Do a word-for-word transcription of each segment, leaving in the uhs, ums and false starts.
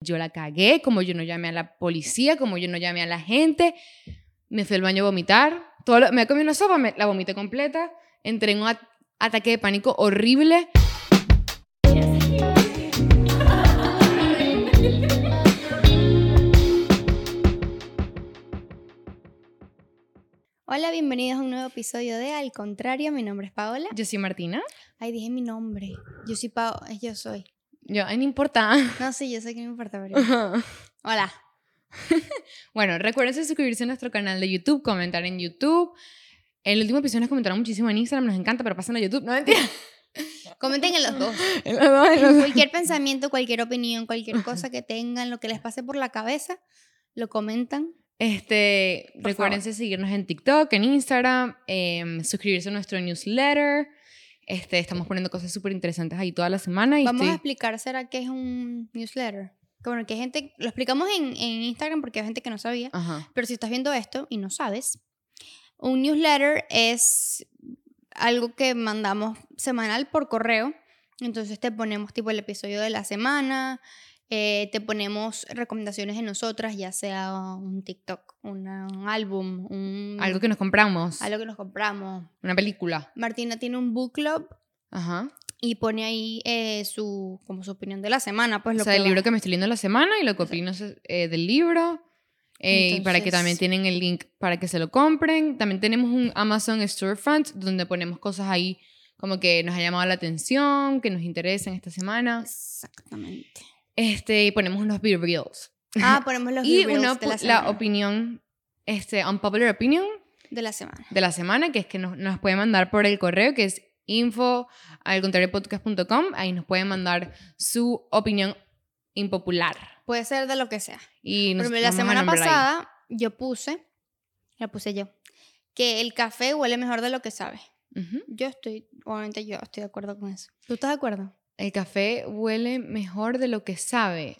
yo la cagué, como yo no llamé a la policía, como yo no llamé a la gente. Me fui al baño a vomitar. Todo lo, me comí una sopa, me, la vomité completa. Entré en un at- ataque de pánico horrible. Hola, bienvenidos a un nuevo episodio de Al Contrario. Mi nombre es Paola. Yo soy Martina. Ay, dije mi nombre. Yo soy Paola, yo soy. Yo, ay, no importa. No, sí, yo sé que no importa, pero... Hola. Bueno, recuerden suscribirse a nuestro canal de YouTube, comentar en YouTube. El último episodio nos comentaron muchísimo en Instagram, nos encanta, pero pasen a YouTube. No, mentira. Comenten en los dos. En los dos, en los dos. Cualquier pensamiento, cualquier opinión, cualquier cosa que tengan, lo que les pase por la cabeza, lo comentan. Este, Por recuérdense seguirnos en TikTok, en Instagram, eh, suscribirse a nuestro newsletter. Este, estamos poniendo cosas súper interesantes ahí toda la semana. Y Vamos estoy... a explicar, ¿será que es un newsletter? Que bueno, que hay gente, lo explicamos en, en Instagram porque hay gente que no sabía, Ajá. pero si estás viendo esto y no sabes, un newsletter es algo que mandamos semanal por correo. Entonces te ponemos tipo el episodio de la semana, eh, te ponemos recomendaciones de nosotras, ya sea un TikTok, una, un álbum, un, Algo que nos compramos. algo que nos compramos. Una película. Martina tiene un book club Ajá. y pone ahí eh, su, como su opinión de la semana. Pues, lo O sea, que el va. libro que me estoy leyendo la semana y lo que opino eh, del libro. Eh, y para que también Entonces- tienen el link para que se lo compren. También tenemos un Amazon Storefront donde ponemos cosas ahí como que nos ha llamado la atención, que nos interesan esta semana. Exactamente. Este, y ponemos unos Be Reals. Ah, ponemos los Y reels una, de la la semana. opinión, este, unpopular opinion de la semana. de la semana, que es que nos, nos pueden mandar por el correo, que es info al contrario podcast punto com. Ahí nos pueden mandar su opinión impopular. Puede ser de lo que sea. Y Por nos ejemplo, la vamos a semana nombrar ahí. pasada yo puse, la puse yo, que el café huele mejor de lo que sabe. Ujú. Yo estoy, obviamente yo estoy de acuerdo con eso. ¿Tú estás de acuerdo? El café huele mejor de lo que sabe.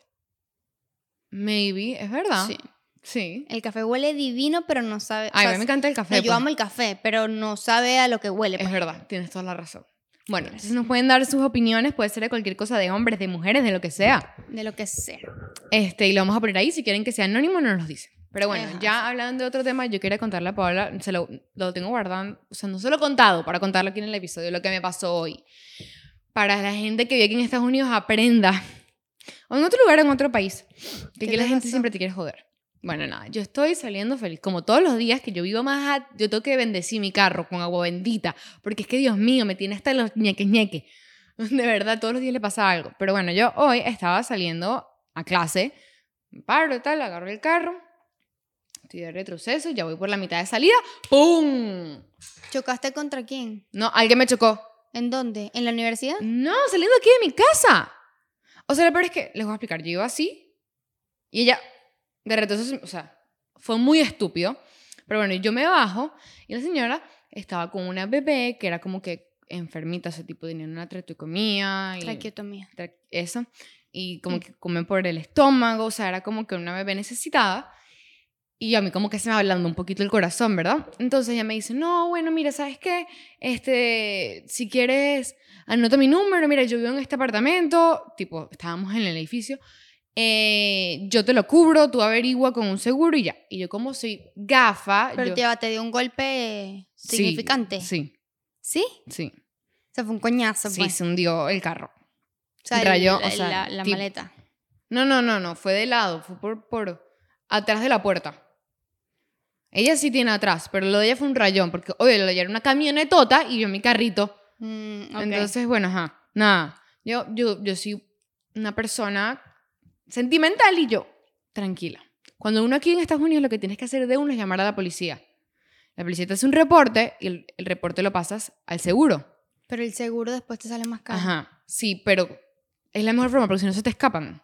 Maybe, es verdad. Sí. Sí. El café huele divino, pero no sabe... Ay, o sea, a mí me encanta el café. no, yo pues. amo el café, pero no sabe a lo que huele. Es pues. verdad, tienes toda la razón. Bueno, entonces nos pueden dar sus opiniones, puede ser de cualquier cosa, de hombres, de mujeres, de lo que sea. De lo que sea. Este, y lo vamos a poner ahí, si quieren que sea anónimo, nos los dicen. Pero bueno, Ajá, ya sí. hablando de otro tema, yo quería contarle a Paola, se lo, lo tengo guardado, o sea, no se lo he contado para contarlo aquí en el episodio, lo que me pasó hoy. Para la gente que vive aquí en Estados Unidos, aprenda. O en otro lugar, en otro país. Que ¿Qué aquí la te gente pasó? siempre te quiere joder. Bueno, nada, yo estoy saliendo feliz. Como todos los días que yo vivo más... A, yo tengo que bendecir mi carro con agua bendita. Porque es que, Dios mío, me tiene hasta los ñeques ñeques. De verdad, todos los días le pasa algo. Pero bueno, yo hoy estaba saliendo a clase. Me paro y tal, agarro el carro. Estoy de retroceso, ya voy por la mitad de salida. ¡Pum! ¿Chocaste contra quién? No, alguien me chocó. ¿En dónde? ¿En la universidad? No, saliendo aquí de mi casa. O sea, lo peor es que, les voy a explicar, yo iba así y ella, de retroceso, o sea, fue muy estúpido. Pero bueno, yo me bajo y la señora estaba con una bebé que era como que enfermita, ese tipo, tenía una traqueotomía. Y Traqueotomía. tra- eso. Y como que come por el estómago, o sea, era como que una bebé necesitada. Y a mí como que se me va hablando un poquito el corazón, ¿verdad? Entonces ella me dice, no, bueno, mira, ¿sabes qué? Este, si quieres, anota mi número, mira, yo vivo en este apartamento, tipo, estábamos en el edificio, eh, yo te lo cubro, tú averigua con un seguro y ya. Y yo como soy gafa... Pero yo, te, te dio un golpe significante. Sí, ¿Sí? sí, O sea, fue un coñazo, sí, pues. se hundió el carro. O sea, rayó, el- o sea, la, la tipo- maleta. No, no, no, no, fue de lado, fue por, por atrás de la puerta. Ella sí tiene atrás, pero lo de ella fue un rayón, porque, oye, lo de ella era una camionetota y yo mi carrito. Mm, ok. Entonces, bueno, ajá, nada. Yo, yo, yo soy una persona sentimental y yo, tranquila. Cuando uno aquí en Estados Unidos lo que tienes que hacer de uno es llamar a la policía. La policía te hace un reporte y el, el reporte lo pasas al seguro. Pero el seguro después te sale más caro. Ajá, sí, pero es la mejor forma porque si no se te escapan.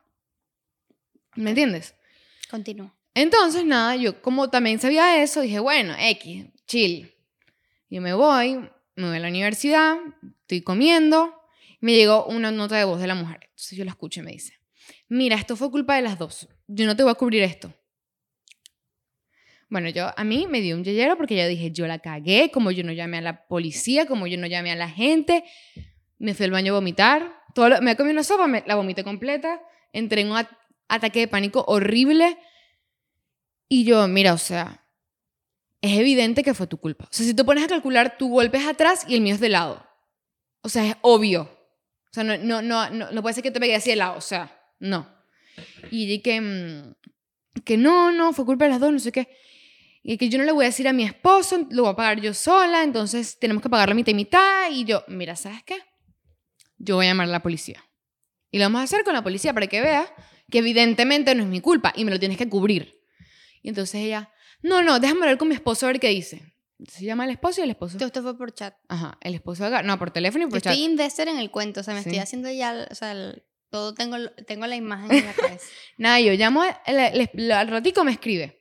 ¿Me entiendes? Continúa. Entonces, nada, yo como también sabía eso, dije, bueno, X, chill. Yo me voy, me voy a la universidad, estoy comiendo, me llegó una nota de voz de la mujer. Entonces yo la escucho y me dice, mira, esto fue culpa de las dos, yo no te voy a cubrir esto. Bueno, yo, a mí me dio un yeyero porque yo dije, yo la cagué, como yo no llamé a la policía, como yo no llamé a la gente, me fui al baño a vomitar, todo lo, me comí una sopa, me, la vomité completa, entré en un at- ataque de pánico horrible. Y yo, mira, o sea, es evidente que fue tu culpa. O sea, si te pones a calcular, tu golpe es atrás y el mío es de lado. O sea, es obvio. O sea, no, no, no, no, no puede ser que te pegue así de lado. O sea, no. Y dije que, que no, no, fue culpa de las dos, no sé qué. Y que yo no le voy a decir a mi esposo, lo voy a pagar yo sola, entonces tenemos que pagar la mitad y mitad. Y yo, mira, ¿sabes qué? Yo voy a llamar a la policía. Y lo vamos a hacer con la policía para que vea que evidentemente no es mi culpa y me lo tienes que cubrir. Y entonces ella, no, no, déjame hablar con mi esposo a ver qué dice. Se llama el esposo y el esposo. Esto fue por chat. Ajá, el esposo agarra, no, por teléfono y por Yo chat. estoy investor en el cuento, o sea, me Sí. estoy haciendo ya, o sea, el- todo tengo, tengo la imagen en la cabeza. Nada, yo llamo, el, el- el- al ratico me escribe.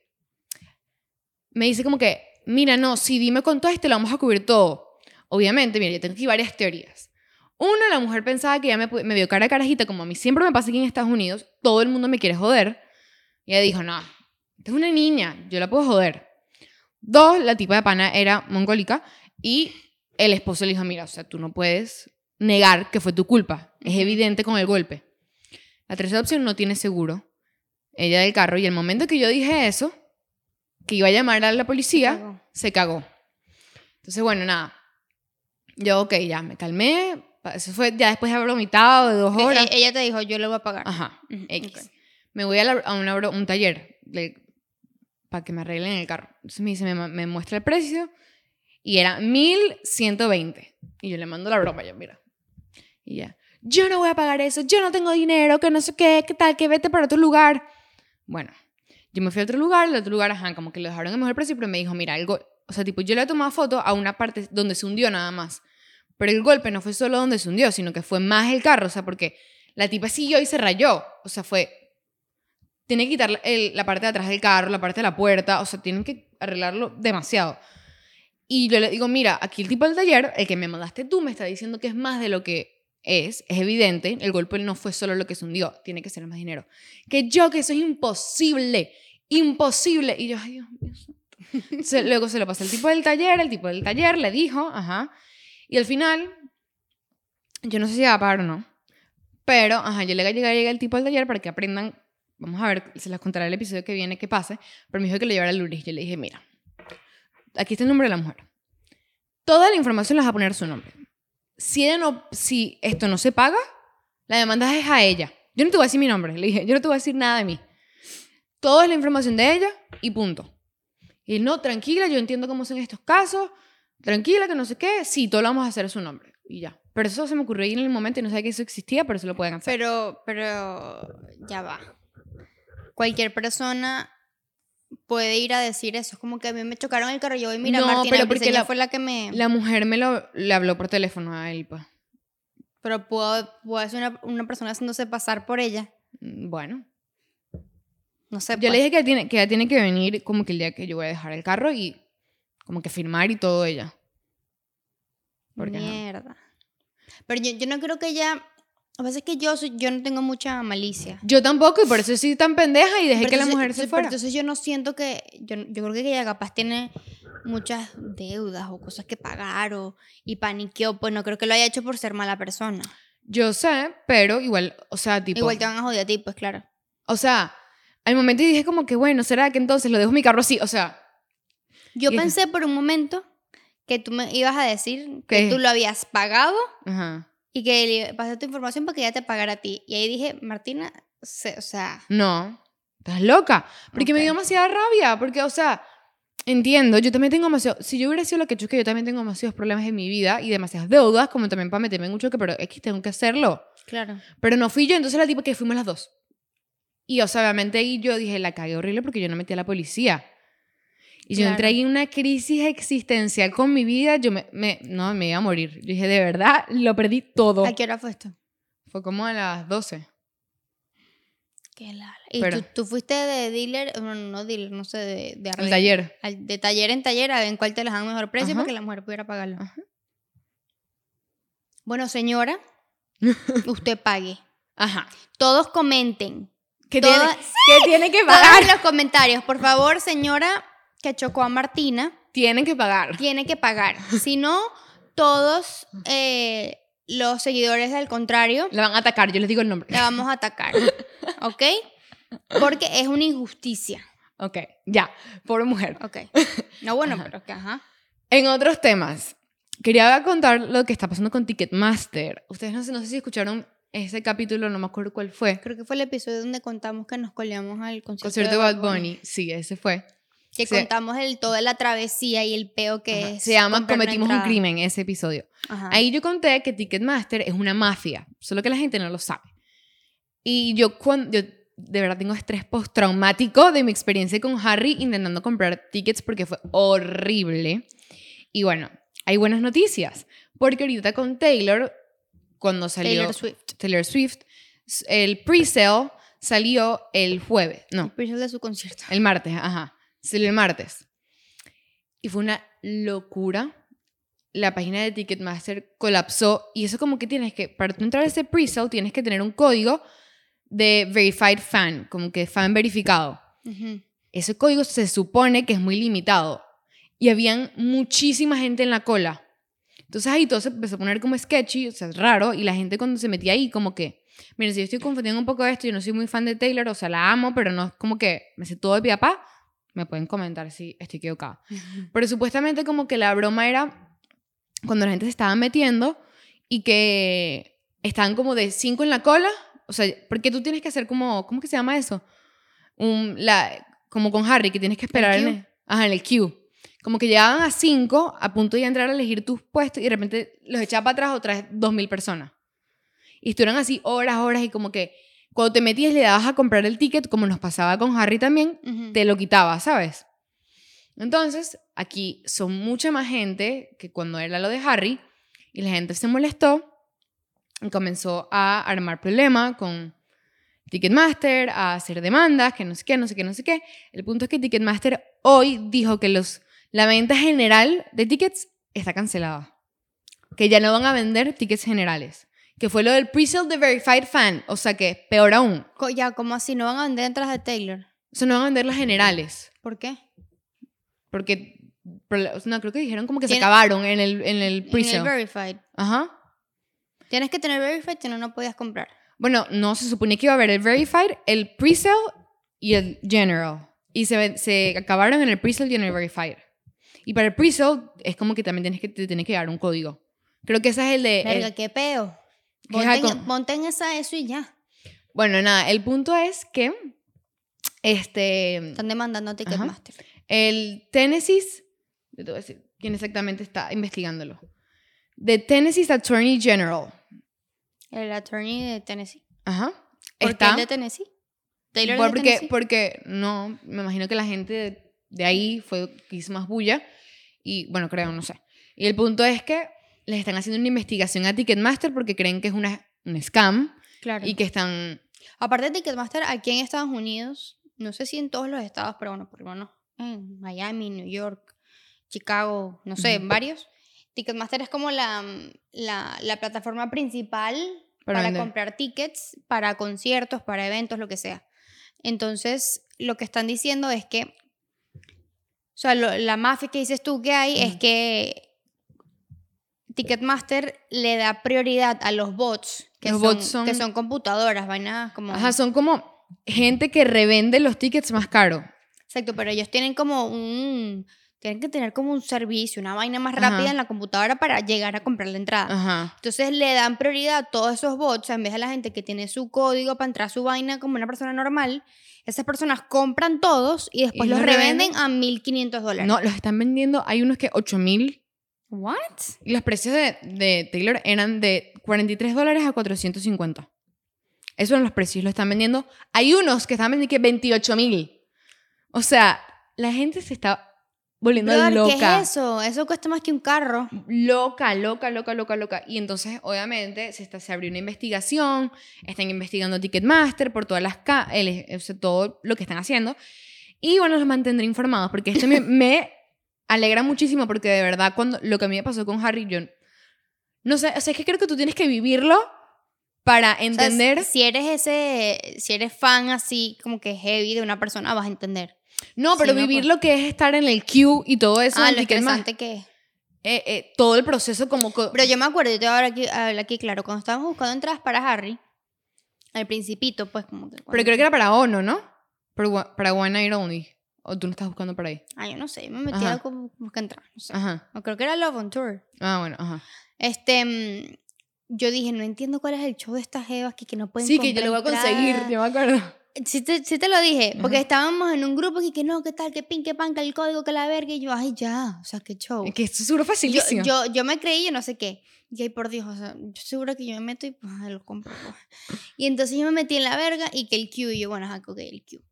Me dice como que, mira, no, si dime con todo esto, lo vamos a cubrir todo. Obviamente, mira, yo tengo aquí varias teorías. Uno, la mujer pensaba que ya me, pu- me vio cara a carajita, como a mí siempre me pasa aquí en Estados Unidos, todo el mundo me quiere joder. Y ella dijo, no, esta es una niña, yo la puedo joder. Dos, la tipa de pana era mongólica y el esposo le dijo, mira, o sea, tú no puedes negar que fue tu culpa. Es evidente con el golpe. La tercera opción, no tiene seguro. Ella del carro. Y el momento que yo dije eso, que iba a llamar a la policía, Se cagó. se cagó. Entonces, bueno, nada. Yo, ok, ya me calmé. Eso fue ya después de haber vomitado de dos E- horas. e- ella te dijo, yo le voy a pagar. Ajá, Ujú, X. ok. Me voy a, la- a una bro- un taller de- para que me arreglen el carro. Entonces me dice, me, ma- me muestra el precio y era mil ciento veinte. Y yo le mando la broma, yo, mira. Y ya, yo no voy a pagar eso, yo no tengo dinero, que no sé qué, qué tal, que vete para otro lugar. Bueno, yo me fui a otro lugar, el otro lugar, ajá, como que lo dejaron en mejor precio, pero me dijo, mira, el go-". O sea, tipo, yo le he tomado foto a una parte donde se hundió nada más. Pero el golpe no fue solo donde se hundió, sino que fue más el carro, o sea, porque la tipa siguió y se rayó. O sea, fue... Tiene que quitar la- el- la parte de atrás del carro, la parte de la puerta, o sea, tienen que arreglarlo demasiado. Y yo le digo, mira, aquí el tipo del taller, el que me mandaste tú, me está diciendo que es más de lo que es, es evidente, el golpe no fue solo lo que se hundió, tiene que ser más dinero. Que yo, que eso es imposible, imposible. Y yo, ay, Dios mío. Se- luego se lo pasé al tipo del taller, el tipo del taller le dijo, ajá, y al final, yo no sé si va a pagar o no, pero, ajá, yo le llegué, llegué al tipo del taller para que aprendan, vamos a ver, se les contará el episodio que viene, que pase, pero me dijo que lo llevara a Luris. Yo le dije, mira, aquí está el nombre de la mujer. Toda la información la vas a poner a su nombre. Si, ella no, si esto no se paga, la demanda es a ella. Yo no te voy a decir mi nombre, le dije, yo no te voy a decir nada de mí. Toda es la información de ella y punto. Y él, no, tranquila, yo entiendo cómo son estos casos, tranquila, que no sé qué, sí, todo lo vamos a hacer a su nombre. Y ya. Pero eso se me ocurrió ahí en el momento y no sabía que eso existía, pero eso lo pueden hacer. Pero, pero, ya va. Cualquier persona puede ir a decir eso. Es como que a mí me chocaron el carro. Yo voy, mira, No, Martina, pero mi porque señora la- fue la que me... La mujer me lo, le habló por teléfono a él, pues. Pero puedo, puedo ser una, una persona haciéndose pasar por ella. Mm, Bueno. No sé. Yo pues. le dije que ella, tiene, que ella tiene que venir como que el día que yo voy a dejar el carro y como que firmar y todo ella. Porque, ajá. Mierda. Pero yo, yo no creo que ella... A veces que yo, soy, yo no tengo mucha malicia. Yo tampoco, y por eso soy tan pendeja y dejé Pero que la entonces- mujer se pero fuera. entonces yo no siento que... Yo, yo creo que ella capaz tiene muchas deudas o cosas que pagar o, y paniqueó. Pues no creo que lo haya hecho por ser mala persona. Yo sé, pero igual, o sea, tipo... Igual te van a joder a ti, pues claro. O sea, al momento dije como que, bueno, ¿será que entonces lo dejo mi carro así? O sea, Yo Y- pensé por un momento que tú me ibas a decir ¿Qué? que tú lo habías pagado ajá. y que le pasaste tu información para que ella te pagara a ti. Y ahí dije, Martina, se- o sea... No, estás loca. Porque me Ok. dio demasiada rabia. Porque, o sea, entiendo, yo también tengo demasiado. Si yo hubiera sido la que chusque, yo también tengo demasiados problemas en mi vida y demasiadas deudas, como también para meterme en mucho que, pero es que tengo que hacerlo. Claro. Pero no fui yo, entonces la tipo que fuimos las dos. Y, o sea, obviamente ahí yo dije, la cagué horrible porque yo no metí a la policía. Y yo Claro. entré ahí en una crisis existencial con mi vida, yo me, me, no, me iba a morir. Yo dije, de verdad, lo perdí todo. ¿A qué hora fue esto? Fue como a las doce. Qué lala. ¿Y Pero- tú, tú fuiste de dealer, bueno, no dealer, no sé, de, de Al arreglo- taller. al- de taller en taller a ver en cuál te las dan mejor precio Ajá. para que la mujer pudiera pagarlo? Ajá. Bueno, señora, usted pague. Ajá. Todos comenten. ¿Qué, Toda- tiene, ¿Qué tiene que Todos pagar? en los comentarios, por favor, señora que chocó a Martina, Tienen que pagar. tiene que pagar. Si no, todos eh, los seguidores del contrario La van a atacar, yo les digo el nombre. la vamos a atacar. ¿Ok? Porque es una injusticia. Ok, ya, pobre mujer. Ok. No, bueno, Ajá. pero que ajá. En otros temas, quería contar lo que está pasando con Ticketmaster. Ustedes no sé, no sé si escucharon ese capítulo, no me acuerdo cuál fue. Creo que fue el episodio donde contamos que nos coleamos al concierto, Concierto de Bad Bunny. Sí, ese fue. Que Se- contamos el, toda la travesía y el peo que Ajá, es. se llama comprar una Cometimos un entrada. crimen, ese episodio. Ajá. Ahí yo conté que Ticketmaster es una mafia, solo que la gente no lo sabe. Y yo, cuando, yo de verdad tengo estrés postraumático de mi experiencia con Harry intentando comprar tickets porque fue horrible. Y bueno, hay buenas noticias, porque ahorita con Taylor, cuando salió Taylor Swift. Taylor Swift, el pre-sale salió el jueves, no, El precio de su concierto. el martes, ajá, salió el martes. Y fue una locura. La página de Ticketmaster colapsó y eso como que tienes que, para tú entrar a ese pre-sale tienes que tener un código de verified fan, como que fan verificado. Uh-huh. Ese código se supone que es muy limitado y habían muchísima gente en la cola. Entonces ahí todo se empezó a poner como sketchy, o sea, raro, y la gente cuando se metía ahí como que, miren, si yo estoy confundiendo un poco esto, yo no soy muy fan de Taylor, o sea, la amo, pero no es como que me sé todo de pie a pa, me pueden comentar si estoy equivocada. Uh-huh. Pero supuestamente como que la broma era cuando la gente se estaba metiendo y que estaban como de cinco en la cola, o sea, porque tú tienes que hacer como, ¿cómo que se llama eso? Un, la, como con Harry, que tienes que esperar ¿El en el, ajá, en el queue. Como que llegaban a cinco a punto de entrar a elegir tus puestos y de repente los echaba para atrás otras dos mil personas. Y estuvieron así horas, horas y como que cuando te metías y le dabas a comprar el ticket, como nos pasaba con Harry también, Uh-huh. te lo quitaba, ¿sabes? Entonces, aquí son mucha más gente que cuando era lo de Harry y la gente se molestó y comenzó a armar problema con Ticketmaster, a hacer demandas, que no sé qué, no sé qué, no sé qué. El punto es que Ticketmaster hoy dijo que los, la venta general de tickets está cancelada. Que ya no van a vender tickets generales. Que fue lo del pre-sale de Verified Fan. O sea que, peor aún. Co- Ya, ¿cómo así? ¿No van a vender entradas de Taylor? O sea, no van a vender las generales. ¿Por qué? Porque, no, creo que dijeron como que se Tiene- acabaron en el, en el En el pre-sale. Verified. Ajá. Tienes que tener Verified, si no, no podías comprar. Bueno, no, se suponía que iba a haber el Verified, el pre-sale y el General. Y se, se acabaron en el pre-sale y en el Verified. Y para el pre-sale es como que también tienes que, te tienes que dar un código. Creo que ese es el de... Verga, el- qué peo. ¿Qué es Ponte, en, algo? ponte en esa, eso y ya. Bueno, nada, el punto es que este, Están demandando a Ticketmaster. el Tennessee, yo te voy a decir quién exactamente está investigándolo. The Tennessee Attorney General. El attorney de Tennessee. Ajá. ¿Por está, qué el de Tennessee? ¿Taylor es de porque, Tennessee? porque no, me imagino que la gente de, de ahí fue que hizo más bulla y bueno, creo, no sé. Y el punto es que les están haciendo una investigación a Ticketmaster porque creen que es una, un scam Claro. y que están... Aparte de Ticketmaster, aquí en Estados Unidos, no sé si en todos los estados, pero bueno, por lo menos en Miami, New York, Chicago, no sé, Ujú. varios. Ticketmaster es como la, la, la plataforma principal Para para, vender. comprar tickets, para conciertos, para eventos, lo que sea. Entonces, lo que están diciendo es que, o sea, lo- la mafia que dices tú que hay es Ujú. que Ticketmaster le da prioridad a los bots, que, Los son, bots son- que son computadoras, vainas como... Ajá, son como gente que revende los tickets más caros. Exacto, pero ellos tienen como un... Tienen que tener como un servicio, una vaina más Ajá. rápida en la computadora para llegar a comprar la entrada. Ajá. Entonces le dan prioridad a todos esos bots, en vez de la gente que tiene su código para entrar a su vaina como una persona normal. Esas personas compran todos y después Y los los revenden revenden. a mil quinientos dólares. No, los están vendiendo, hay unos que ocho mil. ¿What? Y los precios de, de Taylor eran de cuarenta y tres dólares a cuatrocientos cincuenta. Esos son los precios, lo están vendiendo. Hay unos que están vendiendo que veintiocho mil. O sea, la gente se está volviendo Brother, loca. ¿qué es eso? Eso cuesta más que un carro. Loca, loca, loca, loca, loca. Y entonces, obviamente, se, está, se abrió una investigación, están investigando Ticketmaster por todas las ca- el, o sea, todo lo que están haciendo. Y bueno, los mantendré informados, porque esto me, me alegra muchísimo, porque de verdad, cuando lo que a mí me pasó con Harry, yo no sé, o sea, es que creo que tú tienes que vivirlo para O sea, entender. si eres ese, si eres fan así como que heavy de una persona, vas a entender. No, pero Sí, no, vivir pues. lo que es estar en el queue y todo eso. Ah, en lo Ticketmaster. estresante que es. Eh, eh, todo el proceso como... co- Pero yo me acuerdo, yo te voy a hablar aquí, a hablar aquí claro, cuando estábamos buscando entradas para Harry, Al principito, pues, como que... Pero cuando- creo que era para ONO, ¿no? Para, One- para One Night Only. O tú no estás buscando por ahí. Ah, yo no sé, me metía Ajá. como busca entrar, no sé. Ajá. O creo que era Love on Tour. Ah, bueno, ajá. Este, mm, yo dije, no entiendo cuál es el show de estas jevas que, que no pueden Sí, que yo comprar lo voy a conseguir, entradas. yo me acuerdo. Sí te, sí te lo dije, porque Ajá. estábamos en un grupo y que no, que tal, que pin, que pan, que el código, que la verga, y yo, ay, ya, o sea, qué show. Es que esto es seguro Yo, facilísimo. yo, yo me creí, yo no sé qué. Y ay, por Dios, o sea, yo seguro que yo me meto y pues ay, lo compro. Pues. Y entonces yo me metí en la verga y que el queue, y yo, bueno, ajá, ok, el queue.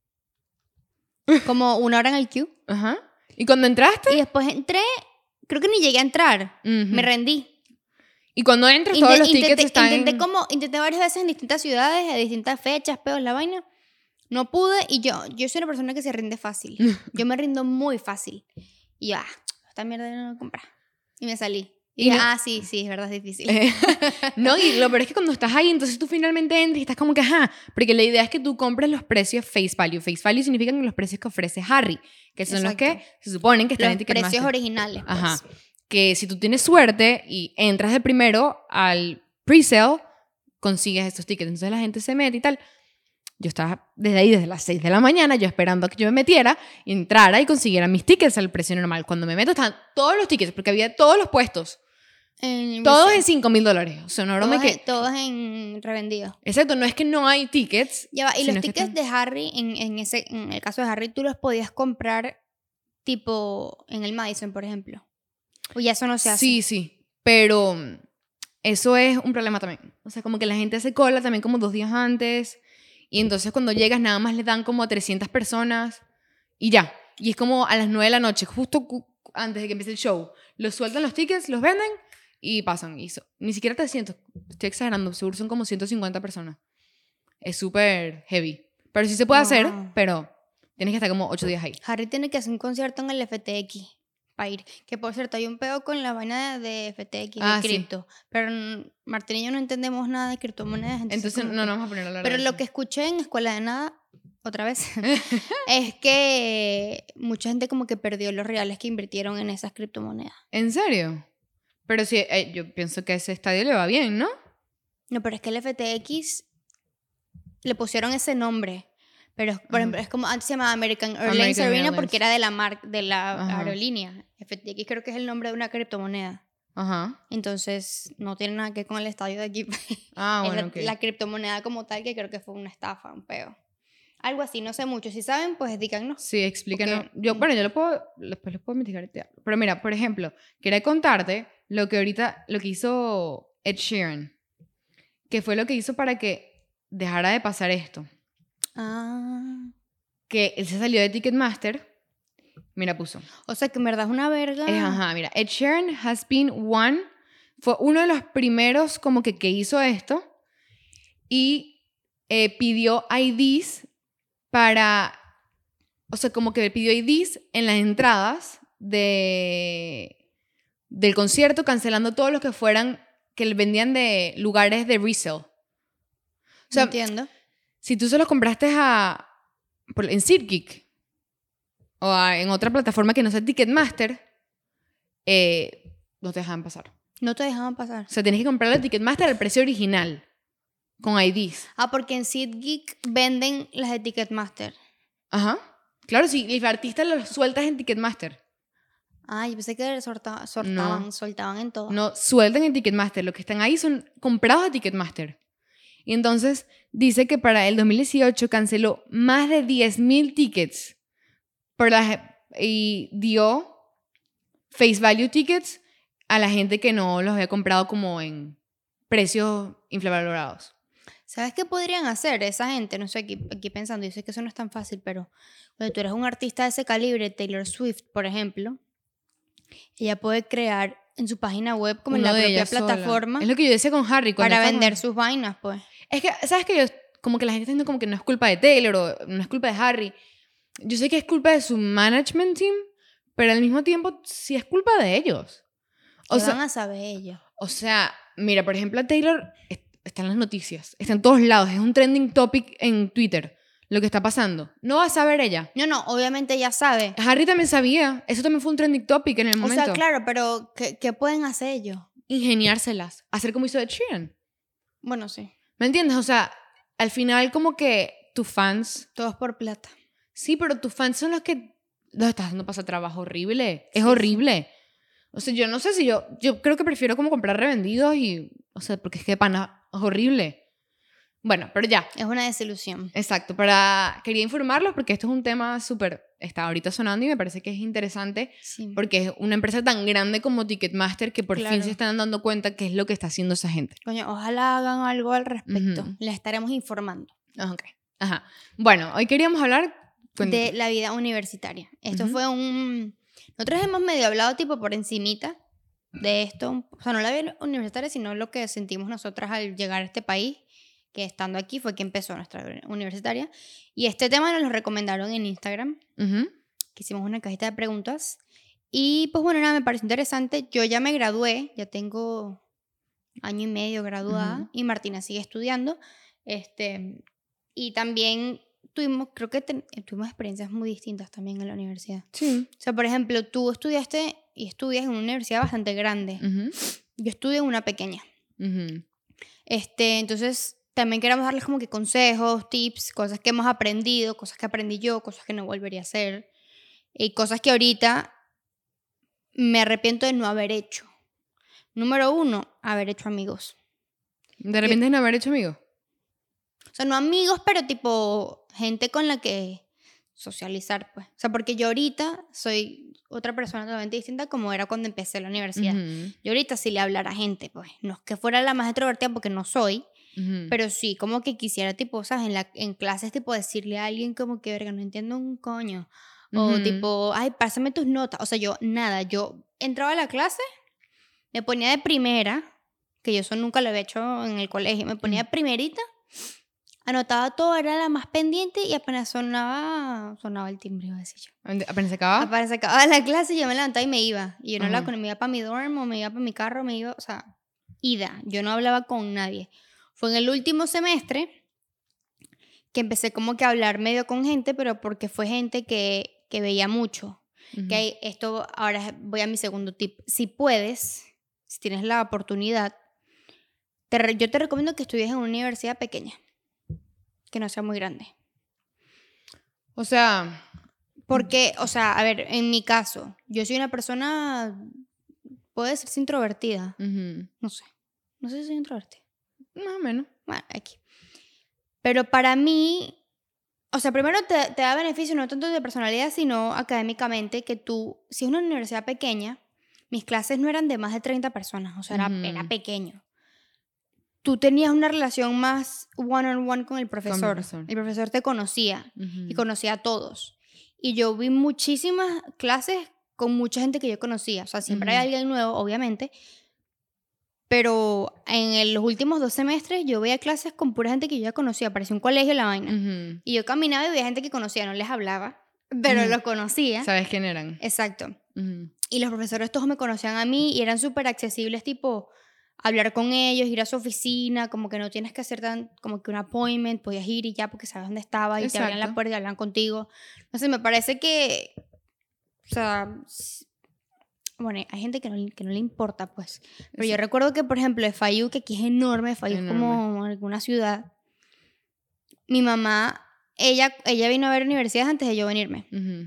Como una hora en el queue. Ajá. ¿Y cuando entraste? Y después entré, creo que ni llegué a entrar, Ujú. me rendí. Y cuando entras, Inte- todos los intenté, tickets están intenté en... como, intenté varias veces en distintas ciudades, a distintas fechas, peos, la vaina. No pude y yo, yo soy una persona que se rinde fácil. Yo me rindo muy fácil. Y yo, ah, esta mierda no la voy a comprar. Y me salí. Y Y dije, no- ah, sí, sí, es verdad, es difícil. Eh, no, y lo peor es que cuando estás ahí, entonces tú finalmente entras y estás como que, ajá, porque la idea es que tú compres los precios face value. Face value significan los precios que ofrece Harry, que son Exacto. los que se suponen que están Los en Ticketmaster. precios originales, pues. Ajá. Que si tú tienes suerte y entras de primero al pre-sale, consigues estos tickets. Entonces la gente se mete y tal. Yo estaba desde ahí, desde las seis de la mañana, yo esperando a que yo me metiera, y entrara y consiguiera mis tickets al precio normal. Cuando me meto estaban todos los tickets, porque había todos los puestos. En Todos resale. en cinco mil dólares. O sea, no broma todos, que... en, todos en revendido. Exacto, no es que no hay tickets. Ya va, y sino los es que tickets están- de Harry, en, en, ese, en el caso de Harry, tú los podías comprar tipo en el Madison, por ejemplo. O ya eso no se hace. Sí, sí. Pero mm, eso es un problema también. O sea, como que la gente hace cola también como dos días antes. Y entonces cuando llegas nada más le dan como a trescientas personas. Y ya. Y es como a las nueve de la noche, justo cu- antes de que empiece el show. Los sueltan los tickets, los venden y pasan. Y so- ni siquiera trescientos. Estoy exagerando. Seguro son como ciento cincuenta personas. Es súper heavy. Pero sí se puede hacer, Wow. pero tienes que estar como ocho días ahí. Harry tiene que hacer un concierto en el F T X para ir. Que por cierto, hay un peo con la vaina de, de F T X, Ah, de sí. cripto. Pero mm, Martín y yo no entendemos nada de criptomonedas. Entonces, Entonces como no que- nos vamos a poner a hablar Pero de lo eso. que escuché en Escuela de Nada, otra vez, es que mucha gente como que perdió los reales que invirtieron en esas criptomonedas. ¿En serio? Pero sí, eh, yo pienso que a ese estadio le va bien, ¿no? No, pero es que el F T X le pusieron ese nombre. Pero, por Ajá. ejemplo, es como antes se llamaba American Airlines American Arena Airlines. porque era de la, mar de la Ajá. aerolínea. F T X creo que es el nombre de una criptomoneda. Ajá. Entonces, no tiene nada que ver con el estadio de aquí. Ah, es bueno, la, ok. la criptomoneda como tal, que creo que fue una estafa, un peo. Algo así, no sé mucho. Si saben, pues díganos. Sí, explícanos. Porque- Yo, bueno, yo lo puedo, después lo puedo investigar. y te hablo. Pero mira, por ejemplo, quería contarte lo que ahorita, lo que hizo Ed Sheeran. Que fue lo que hizo para que dejara de pasar esto. Ah. Que él se salió de Ticketmaster. Mira, puso. O sea, que en verdad es una verga. Eh, ajá, mira. Ed Sheeran has been one. Fue uno de los primeros como que, que hizo esto. Y eh, pidió I Ds para... O sea, como que pidió I Ds en las entradas de, del concierto, cancelando todos los que fueran, que le vendían de lugares de resale. O sea, Entiendo. si tú se los compraste a, por- en SeatGeek o a- en otra plataforma que no sea Ticketmaster, eh, no te dejan pasar. No te dejaban pasar. O sea, tienes que comprarle a Ticketmaster al precio original, con I Ds. Ah, porque en SeatGeek venden las de Ticketmaster. Ajá. Claro, si el artista los sueltas en Ticketmaster. Ah, yo pensé que sorta- sortaban, No. soltaban en todo. No, sueltan en Ticketmaster. Los que están ahí son comprados a Ticketmaster. Y entonces dice que para el dos mil dieciocho canceló más de diez mil tickets por las, y dio face value tickets a la gente que no los había comprado como en precios infravalorados. ¿Sabes qué podrían hacer esa gente? No sé, aquí, aquí pensando, yo sé que eso no es tan fácil, pero cuando tú eres un artista de ese calibre, Taylor Swift, por ejemplo, ella puede crear en su página web, como en Uno la de propia ellas sola. plataforma, Es lo que yo decía con Harry. cuando para estaba vender con- sus vainas, pues. Es que, ¿sabes qué? Yo, como que la gente está diciendo como que no es culpa de Taylor o no es culpa de Harry. Yo sé que es culpa de su management team, pero al mismo tiempo sí es culpa de ellos. ¿Qué O sea, van a saber ellos? o sea, mira, por ejemplo, a Taylor es- está en las noticias, está en todos lados, es un trending topic en Twitter, lo que está pasando. No va a saber ella. No, no, obviamente ella sabe. Harry también sabía, eso también fue un trending topic en el O momento. sea, claro, pero ¿qué, qué pueden hacer ellos? Ingeniárselas, hacer como hizo Ed Sheeran. Bueno, sí. ¿Me entiendes? O sea, al final como que tus fans... Todos por plata. Sí, pero tus fans son los que los estás haciendo pasar trabajo horrible. Es Sí, horrible. O sea, yo no sé si yo... Yo creo que prefiero como comprar revendidos y... O sea, porque es que pana, es horrible. Bueno, pero ya. Es una desilusión. Exacto. Para, quería informarlos porque esto es un tema súper... Está ahorita sonando y me parece que es interesante Sí. porque es una empresa tan grande como Ticketmaster que por Claro. fin se están dando cuenta qué es lo que está haciendo esa gente. Coño, ojalá hagan algo al respecto. Ujú. Les estaremos informando. Ah, ok. Ajá. Bueno, hoy queríamos hablar... Cuéntate. De la vida universitaria. Esto Ujú. fue un... Nosotros hemos medio hablado tipo por encimita de esto. O sea, no la vida universitaria, sino lo que sentimos nosotras al llegar a este país, que estando aquí fue que empezó nuestra vida universitaria. Y este tema nos lo recomendaron en Instagram, Ujú. que hicimos una cajita de preguntas. Y pues bueno, nada, me pareció interesante. Yo ya me gradué, ya tengo año y medio graduada, Ujú. y Martina sigue estudiando. Este, y también tuvimos, creo que ten- tuvimos experiencias muy distintas también en la universidad. Sí. O sea, por ejemplo, tú estudiaste y estudias en una universidad bastante grande. Ujú. Yo estudié en una pequeña. Ujú. Este, entonces, también queremos darles como que consejos, tips, cosas que hemos aprendido, cosas que aprendí yo, cosas que no volvería a hacer. Y cosas que ahorita me arrepiento de no haber hecho. Número uno, haber hecho amigos. ¿De repente no haber hecho amigos? O sea, no amigos, pero tipo gente con la que socializar, pues. O sea, porque yo ahorita soy otra persona totalmente distinta como era cuando empecé la universidad. Ujú. Yo ahorita sí le hablar a gente, pues. No es que fuera la más extrovertida porque no soy, Ujú. pero sí como que quisiera, tipo, ¿sabes? En, la, en clases, tipo, decirle a alguien como que, verga, no entiendo un coño. O Ujú. tipo, ay, pásame tus notas. O sea, yo, nada, yo entraba a la clase, me ponía de primera, que yo eso nunca lo había hecho en el colegio, me ponía Mm. de primerita, anotaba todo, era la más pendiente y apenas sonaba, sonaba el timbre, iba a decir yo. Apenas se acaba. Apenas se acababa la clase, yo me levantaba y me iba. Y yo no hablaba Ajá. con me iba para mi dorm o me iba para mi carro, me iba, o sea, ida. Yo no hablaba con nadie. Fue en el último semestre que empecé como que a hablar medio con gente, pero porque fue gente que, que veía mucho. Ujú. Que hay, esto, ahora voy a mi segundo tip. Si puedes, si tienes la oportunidad, te re- yo te recomiendo que estudies en una universidad pequeña, que no sea muy grande. O sea, Porque, o sea, a ver, en mi caso, yo soy una persona, puede decirse introvertida, ujú, no sé, no sé si soy introvertida. más o menos. Bueno, aquí. Pero para mí, o sea, primero te, te da beneficio no tanto de personalidad, sino académicamente, que tú, si es una universidad pequeña, mis clases no eran de más de treinta personas, o sea, era, era Ujú. pequeño. Tú tenías una relación más one-on-one con el profesor. profesor. El profesor te conocía y Ujú. conocía a todos. Y yo vi muchísimas clases con mucha gente que yo conocía. O sea, siempre Ujú. hay alguien nuevo, obviamente. Pero en el- los últimos dos semestres yo veía clases con pura gente que yo ya conocía. Parecía un colegio la vaina. Ujú. Y yo caminaba y veía gente que conocía. No les hablaba, pero Ujú. los conocía. ¿Sabes quién eran? Exacto. Ujú. Y los profesores todos me conocían a mí y eran súper accesibles, tipo hablar con ellos, ir a su oficina, como que no tienes que hacer tan, como que un appointment, podías ir y ya porque sabes dónde estaba y te abrían la Exacto. puerta y hablan contigo. No sé, me parece que, o sea, s- bueno, hay gente que no, le- que no le importa, pues. Pero yo Exacto. recuerdo que, por ejemplo, F I U, que aquí es enorme, F I U es como alguna ciudad, mi mamá, ella, ella vino a ver universidades antes de yo venirme. Ujú.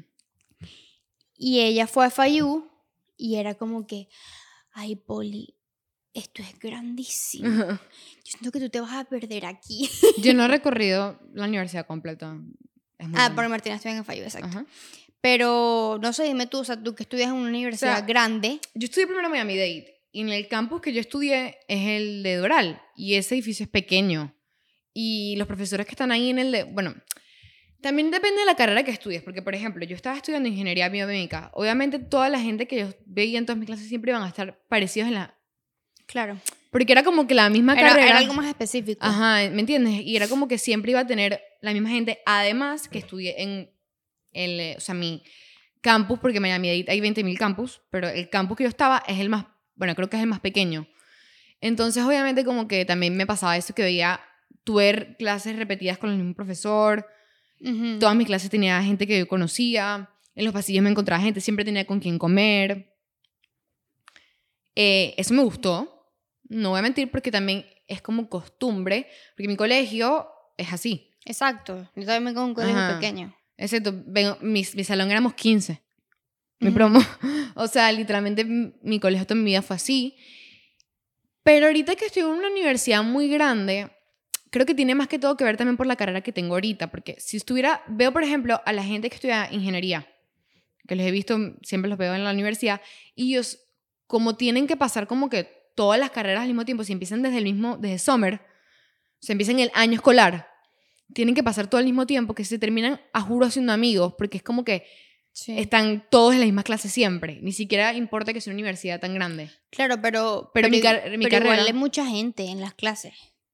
Y ella fue a F I U y era como que, ay, Poli, esto es grandísimo. Yo siento que tú te vas a perder aquí. Yo no he recorrido la universidad completa. Es muy Ah, grande. porque Martina estudia en F I U, exacto. Ajá. Pero, no sé, dime tú, o sea, tú que estudias en una universidad sea, grande. Yo estudié primero en Miami-Dade y en el campus que yo estudié es el de Doral y ese edificio es pequeño y los profesores que están ahí en el de, bueno, también depende de la carrera que estudies, porque por ejemplo, yo estaba estudiando ingeniería biomédica, obviamente toda la gente que yo veía en todas mis clases siempre iban a estar parecidos en la, Claro. porque era como que la misma Era, carrera. era algo más específico. Ajá, ¿me entiendes? Y era como que siempre iba a tener la misma gente, además que estudié en el, eh, o sea, mi campus, porque en Miami-Dade hay veinte mil campus, pero el campus que yo estaba es el más, bueno, creo que es el más pequeño. Entonces, obviamente, como que también me pasaba eso que veía, tuve clases repetidas con el mismo profesor, Ujú. todas mis clases tenía gente que yo conocía, en los pasillos me encontraba gente, siempre tenía con quien comer. Eh, eso me gustó, no voy a mentir, porque también es como costumbre, porque mi colegio es así. Exacto. Yo también vengo de un colegio Ajá. pequeño. Excepto, vengo, mi, mi salón éramos quince. Mi Ujú. promo. O sea, literalmente m- mi colegio toda mi vida fue así. Pero ahorita que estoy en una universidad muy grande, creo que tiene más que todo que ver también por la carrera que tengo ahorita. Porque si estuviera, veo por ejemplo a la gente que estudia ingeniería, que los he visto, siempre los veo en la universidad, y ellos como tienen que pasar como que todas las carreras al mismo tiempo, si empiezan desde el mismo, desde summer, se empiezan el año escolar, tienen que pasar todo al mismo tiempo, que se terminan, a juro, haciendo amigos, porque es como que Sí. están todos en la misma clase siempre. Ni siquiera importa que sea una universidad tan grande. Claro, pero, Pero mi i- car- mi pero igual carrera- hay mucha gente en las clases.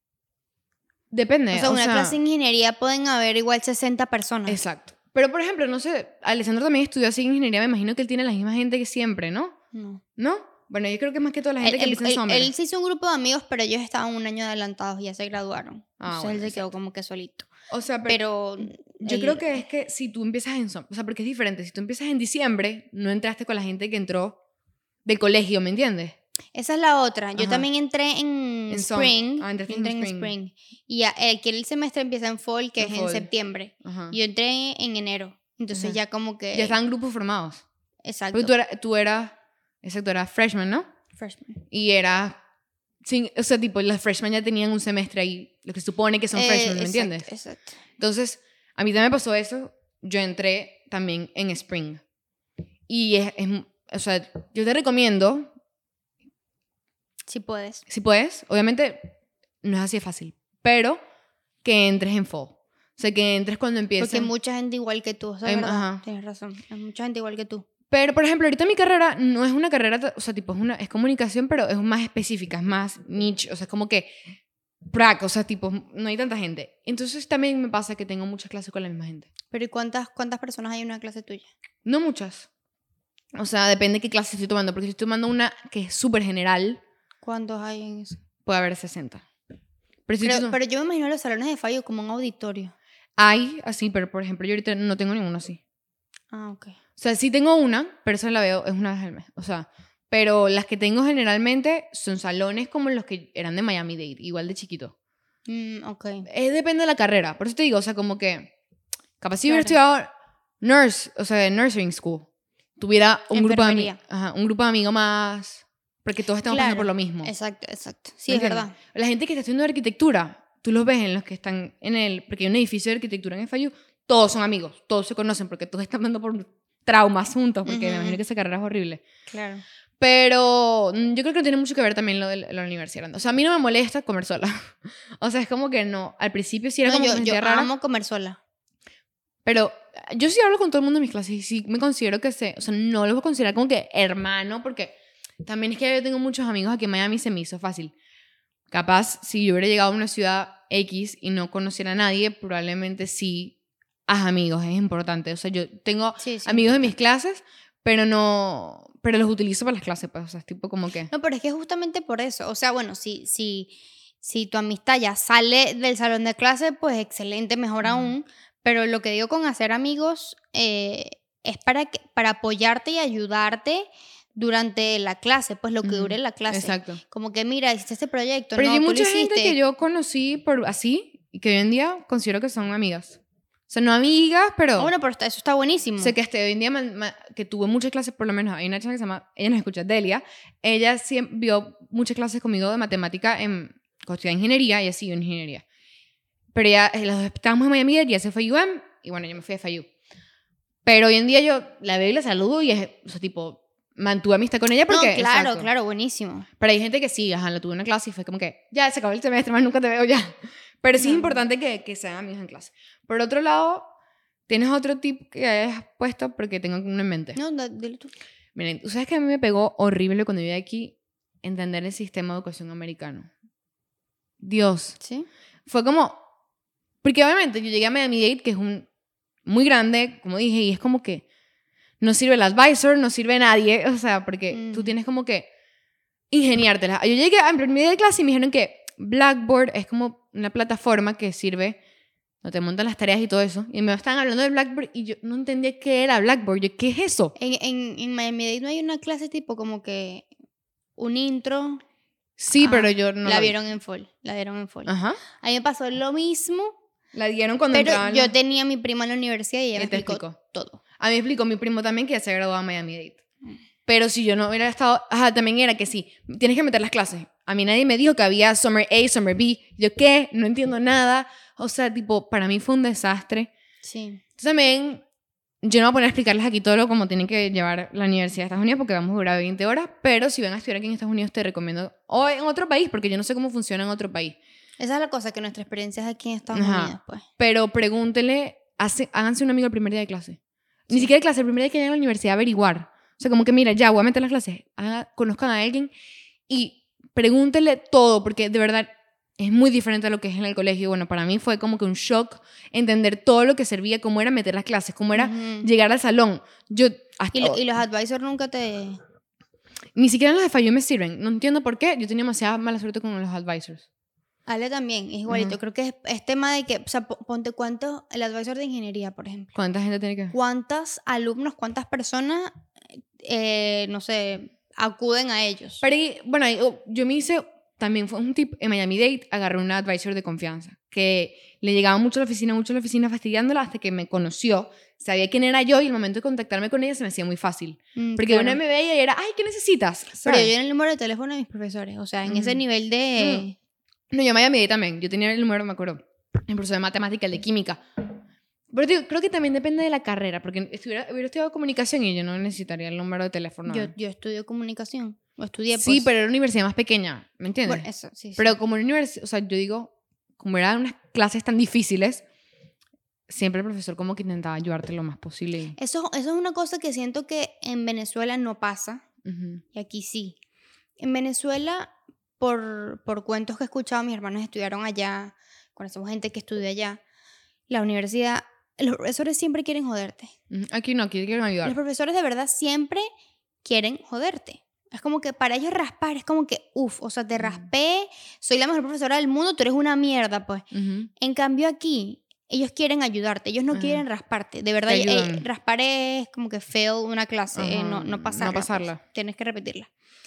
Depende. O sea, o una sea, clase de ingeniería pueden haber igual sesenta personas. Exacto. Pero, por ejemplo, no sé, Alessandro también estudió así en ingeniería, me imagino que él tiene la misma gente que siempre, ¿no? No. ¿No? Bueno, yo creo que es más que toda la gente Él, que él- empieza en él- summer. él se hizo un grupo de amigos, pero ellos estaban un año adelantados y ya se graduaron. Ah, Entonces bueno, él se quedó como que solito. O sea, pero, Pero yo él- creo que es que si tú empiezas en summer, o sea, porque es diferente, si tú empiezas en diciembre, no entraste con la gente que entró del colegio, ¿me entiendes? esa es la otra. Yo Ajá. también entré en, En som- Spring. ah, entraste yo entré en en spring. Spring. Y a- aquí el semestre empieza en Fall, que En es fall. en septiembre. Ajá. Yo entré en enero. Entonces Ajá. ya como que... Ya estaban grupos formados. Exacto. Porque tú eras, tú eras, exacto, eras freshman, ¿no? Freshman. Y era, sin, o sea, tipo, los freshmen ya tenían un semestre ahí, lo que se supone que son Eh, freshmen, ¿me exacto, entiendes? Exacto. Entonces, a mí también me pasó eso. Yo entré también en Spring. Y es, es, o sea, yo te recomiendo, Si puedes. si puedes, obviamente no es así de fácil, pero que entres en fall. O sea, que entres cuando empieza. Porque hay mucha gente igual que tú. Eso es Hay- verdad. ajá. Tienes razón. Hay mucha gente igual que tú. Pero, por ejemplo, ahorita mi carrera no es una carrera, ta- o sea, tipo, es, una, es comunicación, pero es más específica, es más niche, o sea, es como que prac, o sea, tipo, no hay tanta gente. Entonces también me pasa que tengo muchas clases con la misma gente. Pero ¿y cuántas, cuántas personas hay en una clase tuya? No muchas. O sea, depende de qué clase estoy tomando, porque si estoy tomando una que es súper general, ¿Cuántos hay en eso? puede haber sesenta. Pero si Pero, estoy to- pero yo me imagino los salones de fallo como un auditorio. hay así, pero por ejemplo, yo ahorita no tengo ninguno así. Ah, ok. O sea, sí tengo una, pero esa la veo es una vez al mes. O sea, pero las que tengo generalmente son salones como los que eran de Miami-Dade, igual de chiquito. Mm, ok. Es depende de la carrera. Por eso te digo, o sea, como que capaz si hubiera Claro. estudiado nurse, o sea, nursing school, tuviera un grupo, de ami- Enfermería. ajá, un grupo de amigos más, porque todos estamos pasando Claro. por lo mismo. Exacto, exacto. Sí, ¿Me es entiendes? verdad. La gente que está estudiando arquitectura, tú los ves en los que están en el, porque hay un edificio de arquitectura en F I U, todos son amigos, todos se conocen, porque todos están pasando por traumas juntos, porque me Ujú. imagino que esa carrera es horrible. Claro. Pero mm, yo creo que no tiene mucho que ver también lo de la la universidad grande. O sea, a mí no me molesta comer sola. O sea, es como que no. Al principio sí era No, como yo que me yo sentía rara. amo comer sola. Pero yo sí hablo con todo el mundo en mis clases y sí me considero que sé. O sea, no los voy a considerar como que hermano, porque también es que yo tengo muchos amigos aquí en Miami, se me hizo fácil. Capaz, si yo hubiera llegado a una ciudad X y no conociera a nadie, probablemente sí haz amigos, es importante. O sea, yo tengo Sí, sí. amigos de mis clases, pero no. Pero los utilizo para las clases, pues. O sea, es tipo como que. No, pero es que justamente por eso. O sea, bueno, si, si, si tu amistad ya sale del salón de clase, pues excelente, mejor Ujú. aún. Pero lo que digo con hacer amigos eh, es para, que, para apoyarte y ayudarte durante la clase, pues lo que Ujú. dure la clase. Exacto. Como que mira, hiciste este proyecto, Pero no, hay tú lo mucha gente hiciste. que yo conocí por así y que hoy en día considero que son amigas. O sea, no amigas, pero Ah, bueno, pero está- eso está buenísimo. sé que hasta hoy en día, ma- ma- que tuve muchas clases, por lo menos hay una chica que se llama, ella nos escucha, Delia, ella siempre vio muchas clases conmigo de matemática en, cuando estudiaba ingeniería, y así yo en ingeniería. Pero ya, eh, los dos estábamos en Miami, ella se fue a U M, y bueno, yo me fui a F I U. Pero hoy en día yo la veo y la saludo y es, o sea, tipo, mantuve amistad con ella porque... no, claro, exacto. claro, buenísimo. Pero hay gente que sí, ajá, la tuve en una clase y fue como que, ya, se acabó el semestre, más nunca te veo ya. Pero sí es No. importante que, que sean amigos en clase. Por otro lado, ¿tienes otro tip que hayas puesto? Porque tengo uno en mente. No, da- dile tú. Miren, tú sabes que a mí me pegó horrible cuando viví aquí entender el sistema de educación americano. Dios. ¿Sí? Fue como... Porque obviamente yo llegué a Miami-Dade, que es un muy grande, como dije, y es como que no sirve el advisor, no sirve nadie, o sea, porque Mm. tú tienes como que ingeniártela. Yo llegué a mi media de clase y me dijeron que Blackboard es como una plataforma que sirve, donde te montan las tareas y todo eso, y me estaban hablando de Blackboard y yo no entendía qué era Blackboard. Yo, ¿qué es eso? En, en, en Miami-Dade no hay una clase tipo como que un intro. Sí, Ah, pero yo no la vi. vieron en fall. La vieron en fall. Ajá. A mí me pasó lo mismo, La dieron cuando Pero entraban yo los- tenía a mi prima en la universidad y ella ¿Qué me te explicó explicó? todo. A mí me explicó mi primo también que ya se graduó a Miami-Dade. Pero si yo no hubiera estado... Ajá, también era que sí, tienes que meter las clases. A mí nadie me dijo que había Summer A, Summer B. Yo, ¿qué? No entiendo nada. O sea, tipo, para mí fue un desastre. Sí. Entonces también, yo no voy a poner a explicarles aquí todo lo como tienen que llevar la universidad de Estados Unidos porque vamos a durar veinte horas. Pero si van a estudiar aquí en Estados Unidos, te recomiendo... O en otro país, porque yo no sé cómo funciona en otro país. Esa es la cosa, que nuestra experiencia es aquí en Estados Ajá. Unidos, pues. Pero pregúntele, hace, háganse un amigo el primer día de clase. Ni Sí. siquiera de clase, el primer día que vayan a la universidad a averiguar. O sea, como que mira, ya voy a meter las clases, haga- conozcan a alguien y pregúntele todo, porque de verdad es muy diferente a lo que es en el colegio. Bueno, para mí fue como que un shock entender todo lo que servía, cómo era meter las clases, cómo era Ujú. llegar al salón. Yo hasta, Y, lo- y los advisors nunca te... ni siquiera los de F I U me sirven. No entiendo por qué. Yo tenía demasiada mala suerte con los advisors. Ale también, es igualito. Ajá. Creo que es, es tema de que, o sea, po- ponte cuántos, el advisor de ingeniería, por ejemplo. ¿Cuánta gente tiene que...? ¿Cuántos alumnos, cuántas personas, eh, no sé, acuden a ellos? Pero, y, bueno, y, oh, yo me hice, también fue un tip, en Miami-Dade agarré una advisor de confianza, que le llegaba mucho a la oficina, mucho a la oficina, fastidiándola hasta que me conoció, sabía quién era yo y el momento de contactarme con ella se me hacía muy fácil. Mm, Porque claro. una me veía y era, ay, ¿qué necesitas? Pero ¿Sabes? yo en el número de teléfono de mis profesores, o sea, en ese Mm. nivel de... No, yo en Miami-Dade también, yo tenía el número, me acuerdo, el profesor de matemática, el de química. Pero digo, creo que también depende de la carrera, porque estuviera, hubiera estudiado comunicación y yo no necesitaría el número de teléfono. Yo, yo estudio comunicación, o estudié, sí, pues. pero era una universidad más pequeña, ¿me entiendes? Bueno, eso, sí, sí. Pero como en universidad, o sea, yo digo, como eran unas clases tan difíciles, siempre el profesor como que intentaba ayudarte lo más posible. Eso, eso es una cosa que siento que en Venezuela no pasa, Ujú. y aquí sí. En Venezuela, por, por cuentos que he escuchado, mis hermanos estudiaron allá, conocemos gente que estudia allá, la universidad, los profesores siempre quieren joderte. Ujú. Aquí no, aquí quieren ayudar. Los profesores de verdad siempre quieren joderte. Es como que para ellos raspar, es como que, uff, o sea, te Mm. raspé, soy la mejor profesora del mundo, tú eres una mierda, pues. Ujú. En cambio aquí, ellos quieren ayudarte, ellos no Ajá. quieren rasparte. De verdad, Te eh, ayudan. raspar es como que fail una clase, eh, Ajá, no, no no pasarla. pues. pasarla. Tienes que repetirla.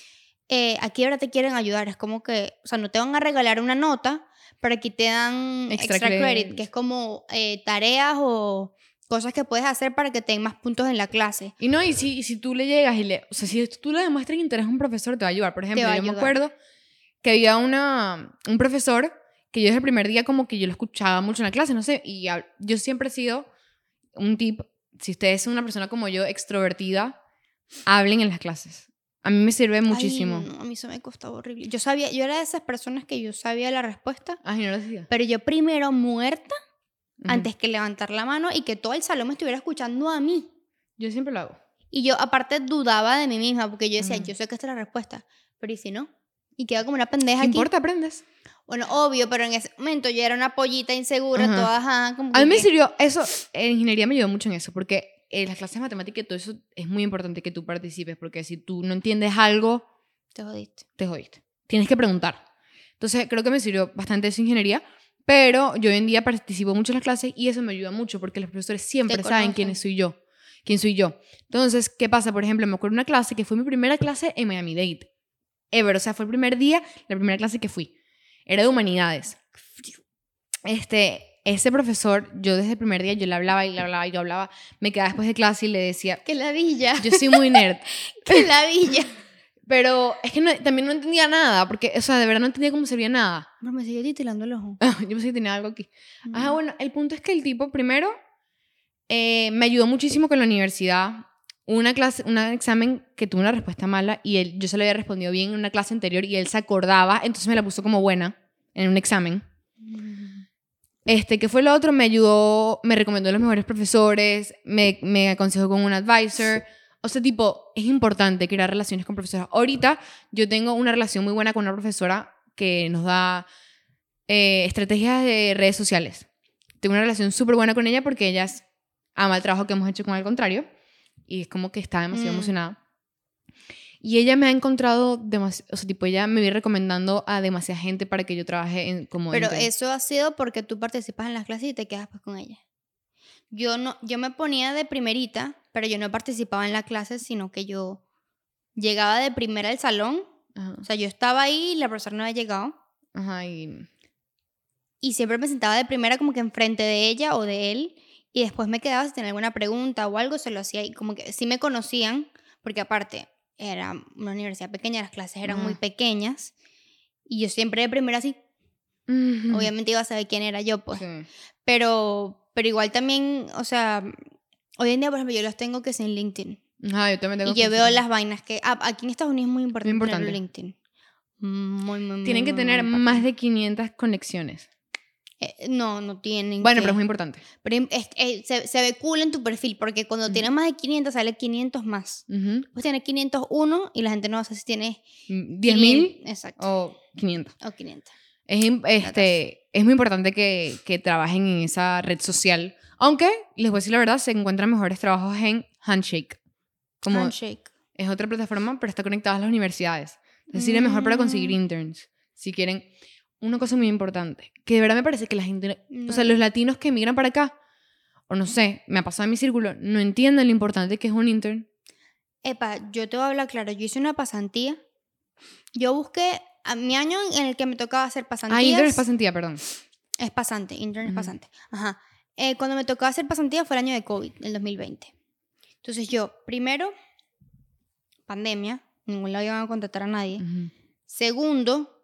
Eh, aquí ahora te quieren ayudar, es como que, o sea, no te van a regalar una nota, pero aquí te dan Extra extra, credit, credit. que es como eh, tareas o cosas que puedes hacer para que te den más puntos en la clase. Y no, y si, y si tú le llegas y le... O sea, si tú le demuestras interés a un profesor, te va a ayudar. Por ejemplo, va a yo me ayudar. acuerdo que había una, un profesor que yo desde el primer día como que yo lo escuchaba mucho en la clase, no sé, y hab- yo siempre he sido un tip, si ustedes son una persona como yo, extrovertida, hablen en las clases. A mí me sirve muchísimo. Ay, no, a mí eso me costaba horrible. Yo sabía, yo era de esas personas que yo sabía la respuesta, Ay, no lo decía. pero yo primero muerta Ujú. antes que levantar la mano y que todo el salón me estuviera escuchando a mí. Yo siempre lo hago. Y yo aparte dudaba de mí misma porque yo decía, Ujú. yo sé que esta es la respuesta, pero ¿y si no? Y queda como una pendeja ¿Qué aquí. importa? Aprendes. Bueno, obvio, pero en ese momento yo era una pollita insegura, Ajá. toda ajá, como A mí me que- sirvió eso, en ingeniería me ayudó mucho en eso, porque en las clases de matemática y todo eso es muy importante que tú participes, porque si tú no entiendes algo, Te jodiste. te jodiste. Tienes que preguntar. Entonces, creo que me sirvió bastante esa ingeniería, pero yo hoy en día participo mucho en las clases y eso me ayuda mucho porque los profesores siempre Te saben quién conocen. soy yo. ¿Quién soy yo? Entonces, ¿qué pasa? Por ejemplo, me acuerdo de una clase que fue mi primera clase en Miami-Dade. Ever. O sea, fue el primer día, la primera clase que fui. Era de humanidades. Este, ese profesor, yo desde el primer día, yo le hablaba y le hablaba y le hablaba. Me quedaba después de clase y le decía, ¡Qué ladilla! yo soy muy nerd. ¡Qué ladilla! Pero es que no- también no entendía nada, porque, o sea, de verdad no entendía cómo servía nada. Pero me sigue titilando el ojo. Yo pensé que tenía algo aquí. Ajá, Mm. bueno, el punto es que el tipo, primero, eh, me ayudó muchísimo con la universidad. Una clase, un examen que tuvo una respuesta mala y él, yo se le había respondido bien en una clase anterior y él se acordaba, entonces me la puso como buena en un examen. Mm. Este, ¿qué fue lo otro? Me ayudó, me recomendó a los mejores profesores, me, me aconsejó con un advisor. O sea, tipo, es importante crear relaciones con profesores. Ahorita yo tengo una relación muy buena con una profesora que nos da eh, estrategias de redes sociales. Tengo una relación súper buena con ella porque ella es- ama el trabajo que hemos hecho con Al Contrario y es como que está demasiado Mm. emocionada. Y ella me ha encontrado, demasi- o sea, tipo, ella me viene recomendando a demasiada gente para que yo trabaje en, como Pero intern. eso ha sido porque tú participas en las clases y te quedas pues con ella. Yo no, yo me ponía de primerita, pero yo no participaba en la clase, sino que yo llegaba de primera al salón. Ajá, O sea, yo estaba ahí y la profesora no había llegado. ajá, y... y siempre me sentaba de primera como que enfrente de ella o de él, y después me quedaba si tenía alguna pregunta o algo, se lo hacía, y como que sí me conocían, porque aparte era una universidad pequeña, las clases eran muy Ah. pequeñas, y yo siempre de primera así, Ujú. obviamente iba a saber quién era yo, pues. Sí. Pero, pero igual también, o sea, hoy en día, por ejemplo, yo los tengo que ser en LinkedIn. Ajá, yo también tengo Y yo que veo decirlo. las vainas que... ah, aquí en Estados Unidos es muy importante, Muy tener importante. LinkedIn. Muy, muy, muy, Tienen que muy, tener muy más importante. de quinientas conexiones. Eh, no, no tienen Bueno, que... pero es muy importante. Pero es- es- se, se ve cool en tu perfil, porque cuando Ujú. tienes más de quinientos, sale quinientos más. Ujú. Puedes tener quinientos uno y la gente no va a saber si tienes Mm, ¿diez mil quinientos. Exacto. o quinientos? O quinientos. Es, im- este, es muy importante que, que trabajen en esa red social. Aunque, les voy a decir la verdad, se encuentran mejores trabajos en Handshake. Como Handshake. es otra plataforma, pero está conectada a las universidades. Entonces, sirve mejor para conseguir Mm. interns. Si quieren. Una cosa muy importante, que de verdad me parece que la gente, No. o sea, los latinos que emigran para acá, o no sé, me ha pasado en mi círculo, no entienden lo importante que es un intern. Epa, yo te voy a hablar claro. Yo hice una pasantía. Yo busqué... A mi año en el que me tocaba hacer pasantías... Ah, intern es pasantía, perdón. Es pasante, intern es Ujú. pasante. Ajá. Eh, cuando me tocaba hacer pasantía fue el año de COVID, el dos mil veinte. Entonces yo, primero, pandemia, ningún lado iban a contratar a nadie. Ujú. Segundo,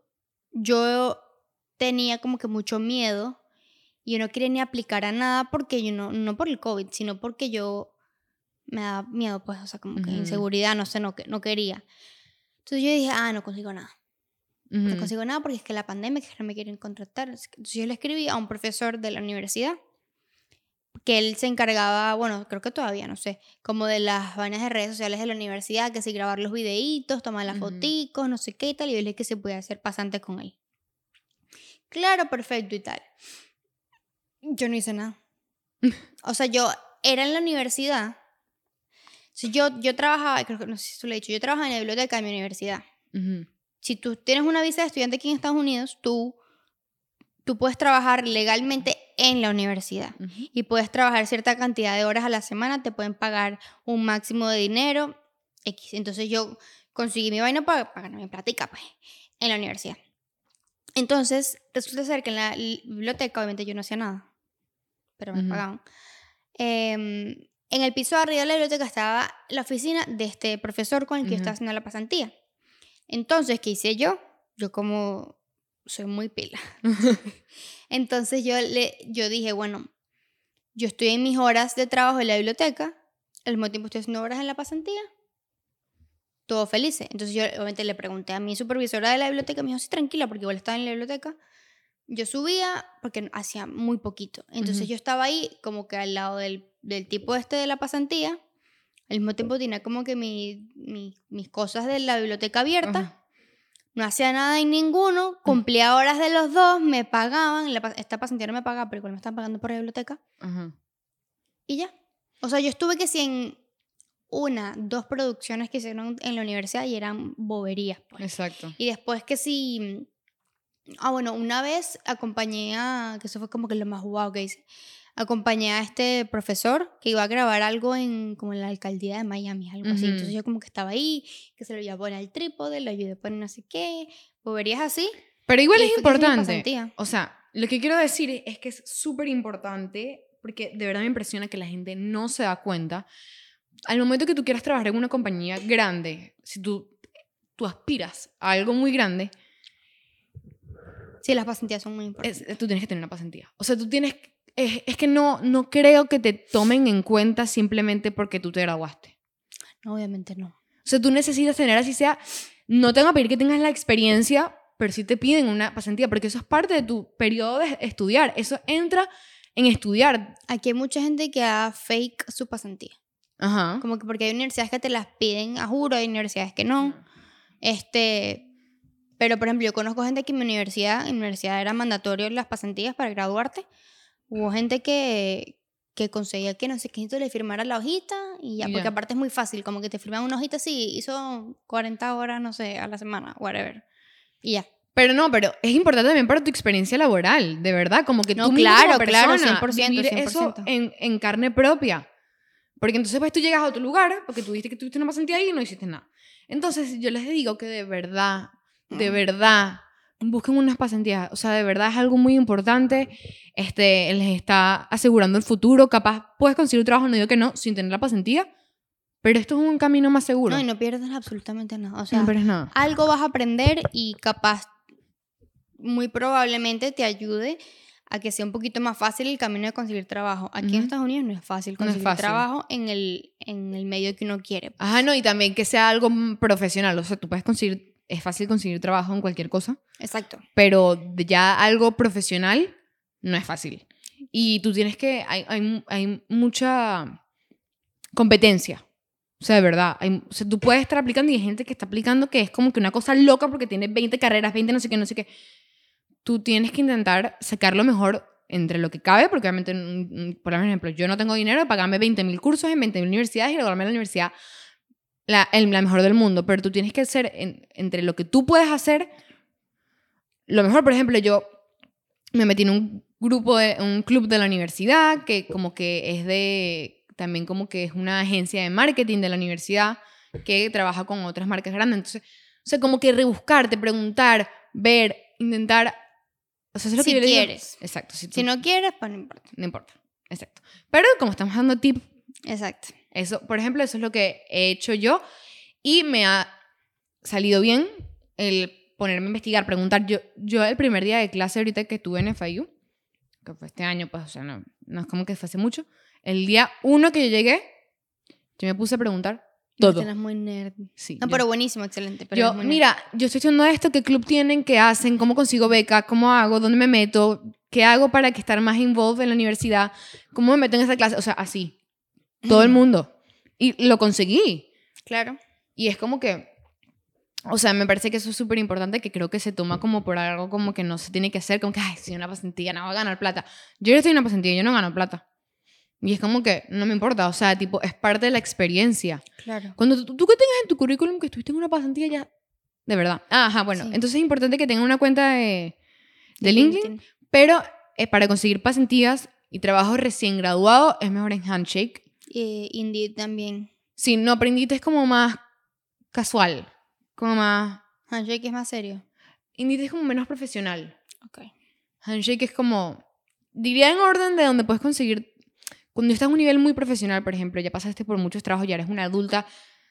yo tenía como que mucho miedo y yo no quería ni aplicar a nada porque yo no, no por el COVID, sino porque yo me daba miedo, pues, o sea, como que Ujú. inseguridad, no sé, no, que- no quería. Entonces yo dije, ah, no consigo nada. No Ujú. consigo nada porque es que la pandemia, que no me quieren contratar. Entonces yo le escribí a un profesor de la universidad que él se encargaba, bueno, creo que todavía, no sé, como de las vainas de redes sociales de la universidad, que sí, grabar los videitos, tomar las Ujú. foticos, no sé qué y tal, y yo le dije que se podía hacer pasante con él. Claro, perfecto y tal. Yo no hice nada. O sea, yo era en la universidad. Si yo, yo trabajaba, creo que no sé si tú lo he dicho, yo trabajaba en la biblioteca de mi universidad. Ujú. Si tú tienes una visa de estudiante aquí en Estados Unidos, tú, tú puedes trabajar legalmente en la universidad. Ujú. Y puedes trabajar cierta cantidad de horas a la semana, te pueden pagar un máximo de dinero, X. Entonces yo conseguí mi vaina para pagar mi plática, pues, en la universidad. Entonces, resulta ser que en la li- biblioteca, obviamente yo no hacía nada, pero me Ujú. pagaban. Em, en el piso de arriba de la biblioteca estaba la oficina de este profesor con el que yo Ujú. estaba haciendo la pasantía. Entonces, ¿qué hice yo? Yo como soy muy pila. Entonces yo, le, yo dije, bueno, yo estoy en mis horas de trabajo en la biblioteca, al mismo tiempo estoy haciendo horas en la pasantía, todo feliz. Entonces yo obviamente le pregunté a mi supervisora de la biblioteca, me dijo, sí, tranquila, porque igual estaba en la biblioteca. Yo subía porque hacía muy poquito. Entonces Ujú. yo estaba ahí como que al lado del, del tipo este de la pasantía, al mismo tiempo tenía como que mi, mi- mis cosas de la biblioteca abierta. Ajá. No hacía nada en ninguno, cumplía horas de los dos, me pagaban, la pa- esta pasantía no me pagaba, pero igual me están pagando por la biblioteca, Ajá. y ya. O sea, yo estuve que si en una, dos producciones que hicieron en la universidad y eran boberías, pues. Exacto. Y después que si, ah, bueno, una vez acompañé a, que eso fue como que lo más guau que hice, acompañé a este profesor que iba a grabar algo en, como en la alcaldía de Miami, algo así. Ujú. Entonces yo como que estaba ahí, que se lo iba a poner al trípode, lo ayudé a poner no sé qué, boberías así. Pero igual Y es fue que hice mi importante. pasantía. O sea, lo que quiero decir es que es súper importante porque de verdad me impresiona que la gente no se da cuenta. Al momento que tú quieras trabajar en una compañía grande, si tú, tú aspiras a algo muy grande, Sí, las pasantías son muy importantes. es- tú tienes que tener una pasantía. O sea, tú tienes... Es, es que no, no creo que te tomen en cuenta simplemente porque tú te graduaste. No, obviamente no. O sea, tú necesitas tener así sea... No te van a pedir que tengas la experiencia, pero sí te piden una pasantía, porque eso es parte de tu periodo de estudiar. Eso entra en estudiar. Aquí hay mucha gente que ha fake su pasantía. Ajá. Como que porque hay universidades que te las piden a juro, hay universidades que no. Este, pero por ejemplo, yo conozco gente que en mi universidad, en mi universidad era mandatorio las pasantías para graduarte. Hubo gente que, que conseguía que no sé qué, le firmara la hojita y ya, Y porque ya. aparte es muy fácil, como que te firman una hojita así, hizo cuarenta horas, no sé, a la semana, whatever. Y ya. Pero no, pero es importante también para tu experiencia laboral, de verdad, como que No, tú mismo claro, como persona, claro, cien por ciento, vivir cien por eso ciento. en, en carne propia. Porque entonces pues tú llegas a otro lugar, porque tú dijiste que tuviste una pasantía ahí y no hiciste nada. Entonces yo les digo que de verdad, de Mm. verdad, busquen unas pasantías. O sea, de verdad es algo muy importante. Este, les está asegurando el futuro. Capaz puedes conseguir un trabajo, no digo que no, sin tener la pasantía. Pero esto es un camino más seguro. No, y no pierdes absolutamente nada. O sea, no pierdes nada. Algo vas a aprender y capaz, muy probablemente te ayude a que sea un poquito más fácil el camino de conseguir trabajo. Aquí uh-huh. en Estados Unidos no es fácil conseguir no es fácil. trabajo en el, en el medio que uno quiere. Pues. Ajá, no, y también que sea algo profesional. O sea, tú puedes conseguir, es fácil conseguir trabajo en cualquier cosa. Exacto. Pero ya algo profesional no es fácil. Y tú tienes que, hay, hay, hay mucha competencia. O sea, de verdad, hay, o sea, tú puedes estar aplicando y hay gente que está aplicando que es como que una cosa loca porque tiene veinte carreras, veinte no sé qué, no sé qué. Tú tienes que intentar sacar lo mejor entre lo que cabe, porque obviamente, por ejemplo, yo no tengo dinero de pagarme veinte mil cursos en veinte mil universidades y graduarme en la universidad la, el, la mejor del mundo, pero tú tienes que hacer en, entre lo que tú puedes hacer lo mejor. Por ejemplo, yo me metí en un grupo, de, un club de la universidad que como que es de... También como que es una agencia de marketing de la universidad que trabaja con otras marcas grandes. Entonces, o sea, como que rebuscarte, preguntar, ver, intentar... O sea, eso es lo si que yo quieres. Digo. Exacto. Si, tú, si no quieres, pues no importa. No importa, exacto. Pero como estamos dando tip... Exacto. Eso, por ejemplo, eso es lo que he hecho yo y me ha salido bien el ponerme a investigar, preguntar. Yo, yo el primer día de clase ahorita que tuve en F I U, que fue este año, pues, o sea, no, no es como que fue hace mucho. El día uno que yo llegué, yo me puse a preguntar todo. Eres muy nerd. Sí. No, yo, pero buenísimo, excelente. Pero yo, muy mira, yo estoy haciendo esto, ¿qué club tienen? ¿Qué hacen? ¿Cómo consigo beca? ¿Cómo hago? ¿Dónde me meto? ¿Qué hago para que estar más involved en la universidad? ¿Cómo me meto en esa clase? O sea, así. Todo el mundo. Y lo conseguí. Claro. Y es como que... O sea, me parece que eso es súper importante, que creo que se toma como por algo como que no se tiene que hacer, como que, ay, si una pasantía, no voy a ganar plata. Yo estoy en una pasantía, yo no gano plata. Y es como que no me importa, o sea, tipo, es parte de la experiencia. Claro. Cuando tú, tú que tengas en tu currículum que estuviste en una pasantía ya, de verdad. Ajá, bueno, sí. Entonces es importante que tengan una cuenta de, de, de LinkedIn, LinkedIn, pero eh, para conseguir pasantías y trabajo recién graduado es mejor en Handshake. Y Indeed también. Sí, no, pero Indeed es como más casual, como más... Handshake es más serio. Indeed es como menos profesional. Ok. Handshake es como, diría en orden de donde puedes conseguir... Cuando estás a un nivel muy profesional, por ejemplo, ya pasaste por muchos trabajos, ya eres una adulta,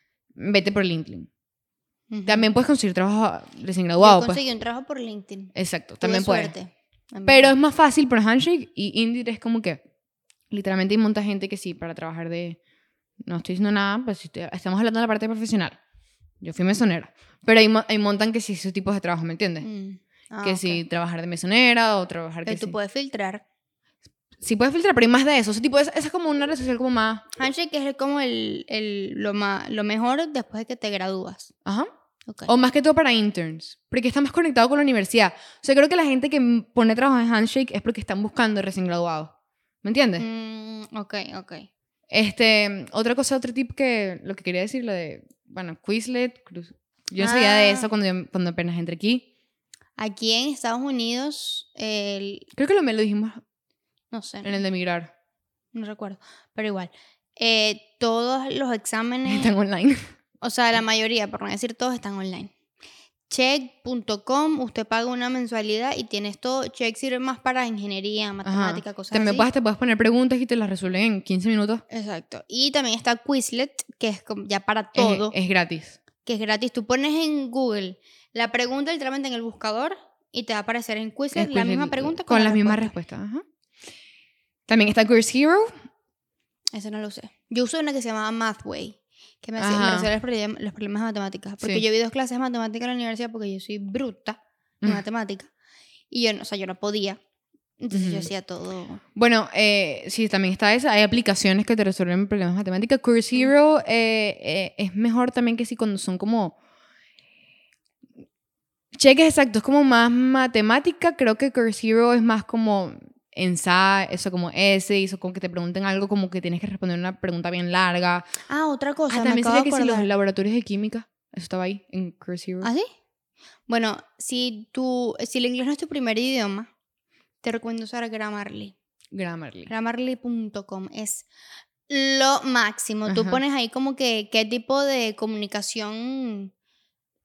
vete por LinkedIn. Uh-huh. También puedes conseguir trabajo recién graduado. Yo conseguí pues. un trabajo por LinkedIn. Exacto, Tuve también puedes. Suerte. Pero es más fácil por Handshake y Indeed es como que literalmente hay monta gente que sí, para trabajar de... No estoy diciendo nada, pues si te, estamos hablando de la parte profesional. Yo fui mesonera. Pero hay, hay montan que sí, esos tipos de trabajo, ¿me entiendes? Mm. Ah, que okay. Sí, trabajar de mesonera o trabajar pero que tú sí. puedes filtrar. Sí puedes filtrar, pero hay más de eso. O sea, tipo, esa, esa es como una red social como más... Handshake es como el, el, lo, más, lo mejor después de que te gradúas. Ajá. Okay. O más que todo para interns. Porque está más conectado con la universidad. O sea, creo que la gente que pone trabajo en Handshake es porque están buscando recién graduados. ¿Me entiendes? Mm, ok, ok. Este, otra cosa, otro tip que... Lo que quería decir, lo de... Bueno, Quizlet. Yo no ah. sabía de eso cuando, yo, cuando apenas entré aquí. Aquí en Estados Unidos... El... Creo que lo, me lo dijimos... No sé. En el de migrar. No recuerdo. Pero igual. Eh, todos los exámenes... Están online. O sea, la mayoría, por no decir todos, están online. Check punto com, usted paga una mensualidad y tienes todo. Check sirve más para ingeniería, matemática, Ajá. cosas también así. Puedes, te puedes poner preguntas y te las resuelven en quince minutos. Exacto. Y también está Quizlet, que es ya para todo. Es, es gratis. Que es gratis. Tú pones en Google la pregunta literalmente en el buscador y te va a aparecer en Quizlet, Quizlet la misma pregunta con, con la las mismas respuestas. Ajá. También está Course Hero. Ese no lo usé. Yo uso una que se llamaba Mathway, que me, hacía, me resuelve los problemas, los problemas de matemáticas. Porque sí. yo vi dos clases de matemáticas en la universidad porque yo soy bruta en mm. matemáticas. Y yo, o sea, yo no podía. Entonces mm. yo hacía todo. Bueno, eh, sí, también está esa. Hay aplicaciones que te resuelven problemas de matemáticas. Course Hero mm. eh, eh, es mejor también que si cuando son como... Cheques exactos, es como más matemática. Creo que Course Hero es más como... ensayo, eso como ese, eso como que te pregunten algo como que tienes que responder una pregunta bien larga. Ah, otra cosa, ah, me también acabo sería de que si acordar. los laboratorios de química, eso estaba ahí en Course Hero. ¿Ah, sí? Bueno, si tú, si el inglés no es tu primer idioma, te recomiendo usar Grammarly. Grammarly. Grammarly punto com es lo máximo. Ajá. Tú pones ahí como que qué tipo de comunicación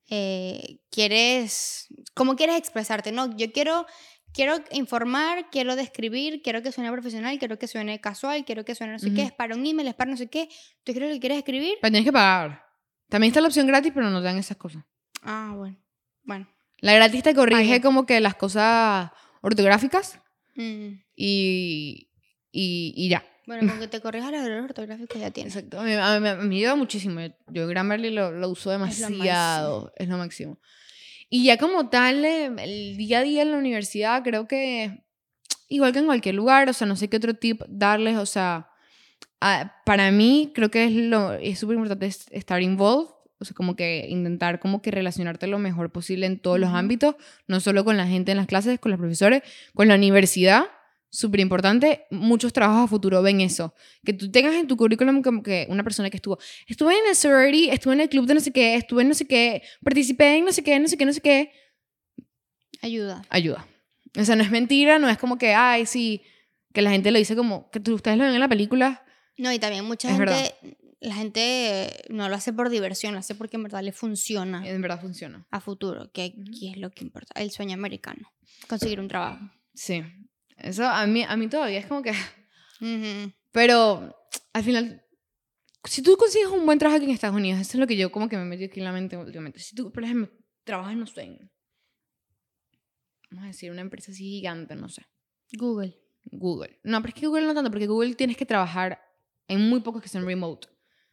eh, quieres, cómo quieres expresarte, ¿no? Yo quiero, quiero informar, quiero describir, quiero que suene profesional, quiero que suene casual, quiero que suene no sé Ujú. qué, es para un email, es para no sé qué. ¿Tú crees que quieres escribir? Pero tienes que pagar. También está la opción gratis, pero no te dan esas cosas. Ah, bueno, bueno. La gratis te corrige Pague. como que las cosas ortográficas Mm. y, y, y ya. Bueno, con que te corrijas los errores ortográficos ya tienes. Exacto. A mí, a mí- a mí me ayuda muchísimo. Yo Grammarly lo, lo uso Es lo demasiado. Es lo máximo. Y ya como tal, eh, el día a día en la universidad, creo que igual que en cualquier lugar, o sea, no sé qué otro tip darles, o sea, ah, para mí creo que es lo es súper importante es estar involved, o sea, como que intentar como que relacionarte lo mejor posible en todos los Ujú. ámbitos, no solo con la gente en las clases, con los profesores, con la universidad, súper importante, muchos trabajos a futuro ven eso, que tú tengas en tu currículum como que una persona que estuvo, estuve en el sorority, estuve en el club de no sé qué, estuve en no sé qué, participé en no sé qué, no sé qué, no sé qué, Ayuda. ayuda. O sea, no es mentira, no es como que, ay, sí, que la gente lo dice como, que tú- ustedes lo ven en la película, No, y también mucha es gente, verdad, la gente no lo hace por diversión, lo hace porque en verdad le funciona en verdad funciona. a futuro, que aquí es lo que importa, el sueño americano, conseguir un trabajo. Sí, eso a mí, a mí todavía es como que, Ujú. pero al final, si tú consigues un buen trabajo aquí en Estados Unidos, eso es lo que yo como que me metí aquí en la mente últimamente. Si tú, por ejemplo, trabajas, no sé, en, vamos a decir, una empresa así gigante, no sé, Google. Google. No, pero es que Google no tanto, porque Google tienes que trabajar en muy pocos que son remote.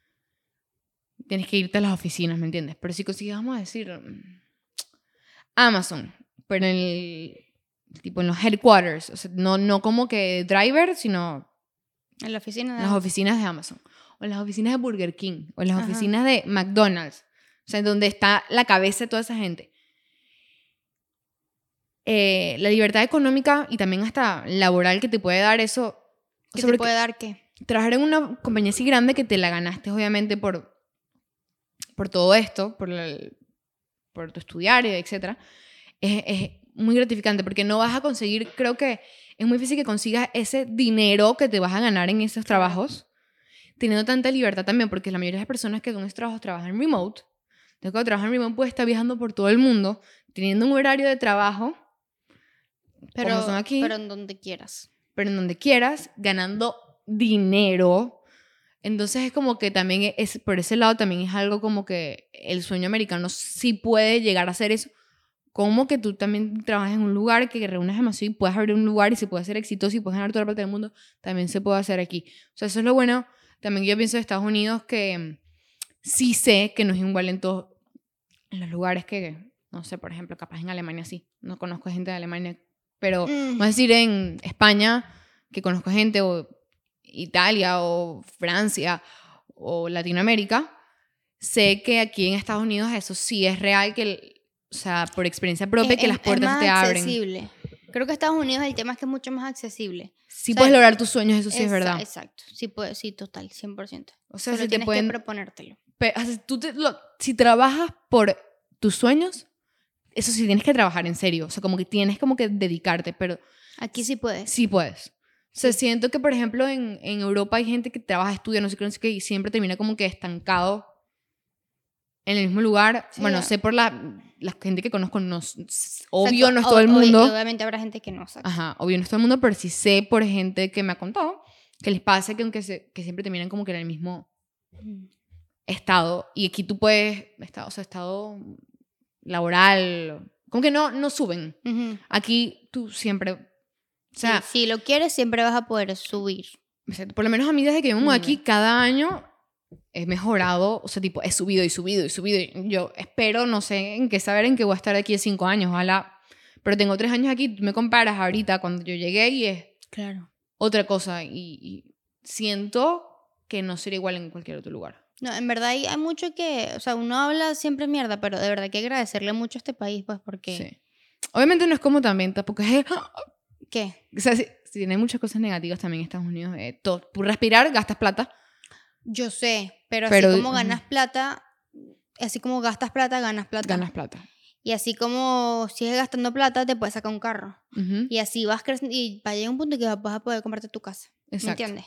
Tienes que irte a las oficinas, ¿me entiendes? Pero si consigues, vamos a decir, mm, Amazon, pero en el, tipo en los headquarters, o sea, no, no como que driver, sino En la oficina de en las Amazon. oficinas de Amazon, o en las oficinas de Burger King, o en las Ajá. oficinas de McDonald's, o sea, en donde está la cabeza de toda esa gente. Eh, la libertad económica y también hasta laboral que te puede dar eso, o ¿Qué sea, te porque puede dar qué? trabajar en una compañía así grande que te la ganaste obviamente por, por todo esto, por, el, por tu estudiar, etcétera, es, es muy gratificante porque no vas a conseguir, creo que es muy difícil que consigas ese dinero que te vas a ganar en esos Claro. trabajos, teniendo tanta libertad también, porque la mayoría de las personas que en esos trabajos trabajan remote, entonces cuando trabajan remote puedes estar viajando por todo el mundo, teniendo un horario de trabajo, Pero, como son aquí, pero en donde quieras. pero en donde quieras, ganando dinero. Entonces es como que también es, por ese lado también es algo como que el sueño americano sí puede llegar a ser eso. Como que tú también trabajas en un lugar que reúnes demasiado y puedes abrir un lugar y se puede hacer exitoso y puedes ganar toda la plata del mundo, también se puede hacer aquí. O sea, eso es lo bueno. También yo pienso de Estados Unidos que mm, sí sé que no es igual en todos en los lugares que, no sé, por ejemplo, capaz en Alemania sí. No conozco gente de Alemania, pero Mm. vamos a decir en España, que conozco gente, o Italia, o Francia, o Latinoamérica, sé que aquí en Estados Unidos eso sí es real, que, el- o sea, por experiencia propia, Es, que es- las es puertas se más te abren. accesible. Creo que Estados Unidos el tema es que es mucho más accesible. Sí O sea, puedes lograr tus sueños, eso sí es Exa- verdad. Exacto. Sí, puede, sí, total, cien por ciento. O sea, Solo si te tienes pueden... que proponértelo. pe- o sea, tú te- lo- si trabajas por tus sueños, eso sí tienes que trabajar en serio. O sea, como que tienes como que dedicarte, pero Aquí sí puedes. sí puedes. O sea, Sí. siento que, por ejemplo, en, en Europa hay gente que trabaja, estudia, no sé qué, no sé qué, y siempre termina como que estancado en el mismo lugar. Sí, Bueno, ah. sé por la, la gente que conozco, no, s- obvio Exacto. no es todo el O- o- mundo. y obviamente habrá gente que no, exacto. Ajá, obvio no es todo el mundo, pero sí sé por gente que me ha contado que les pasa que, aunque se, que siempre terminan como que en el mismo Mm. estado. Y aquí tú puedes, estado, o sea, estado laboral, como que no, no suben. Ujú. Aquí tú siempre, o Sí, sea, si lo quieres, siempre vas a poder subir. o sea, por lo menos a mí desde que vivo Un aquí, nivel. cada año he mejorado, o sea, tipo, he subido y subido y subido. Y yo espero, no sé en qué saber en qué voy a estar aquí en cinco años, ojalá. Pero tengo tres años aquí, tú me comparas ahorita cuando yo llegué y es Claro. otra cosa. Y, y siento que no sería igual en cualquier otro lugar. No, en verdad hay, hay mucho que, o sea, uno habla siempre mierda, pero de verdad hay que agradecerle mucho a este país, pues, porque... Sí. Obviamente no es como también, tampoco es... ¿Qué? O sea, si, si tiene muchas cosas negativas también en Estados Unidos. Eh, todo, por respirar gastas plata. Yo sé, pero, Pero, así como ujú, ganas plata, así como gastas plata, ganas plata. ganas plata. Y así como sigues gastando plata, te puedes sacar un carro. Ujú, Y así vas creciendo y va a llegar un punto que vas a poder comprarte tu casa. exacto. ¿Me entiendes?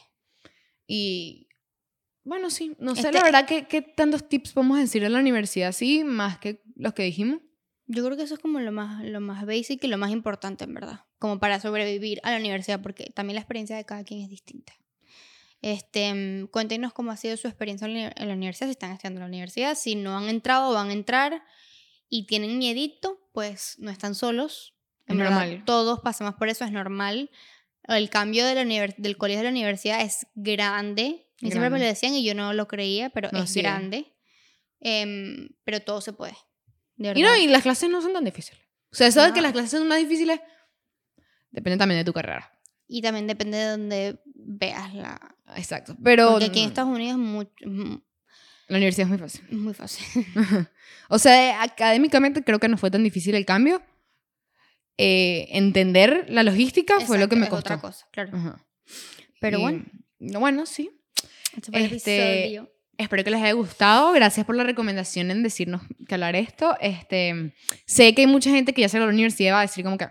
Y bueno, sí, no sé Este- la verdad qué, qué tantos tips podemos decir en la universidad, sí, más que los que dijimos. Yo creo que eso es como lo más, lo más basic y lo más importante, en verdad. Como para sobrevivir a la universidad, porque también la experiencia de cada quien es distinta. Este, cuéntenos cómo ha sido su experiencia en la, en la universidad, si están estudiando en la universidad, si no han entrado o van a entrar y tienen miedito, pues no están solos. En Es verdad, normal. todos pasamos por eso, es normal. El cambio de la univers- del colegio a la universidad es grande. Y siempre me Grande. lo decían y yo no lo creía, pero No, es sí es. grande. Em, pero todo se puede. De verdad. Y no, y las clases no son tan difíciles. O sea, eso de No. que las clases son más difíciles depende también de tu carrera. Y también depende de donde veas la... Exacto. Pero Porque aquí en Estados Unidos es muy, es la universidad es muy fácil. muy fácil. O sea, académicamente creo que no fue tan difícil el cambio. Eh, entender la logística fue lo que Exacto, me es costó. otra cosa, claro. Ajá. Pero Y- bueno, no, bueno, sí. este fue el Este, episodio. Espero que les haya gustado. Gracias por la recomendación en decirnos que hablar esto. Este, sé que hay mucha gente que ya salió a la universidad y va a decir como que...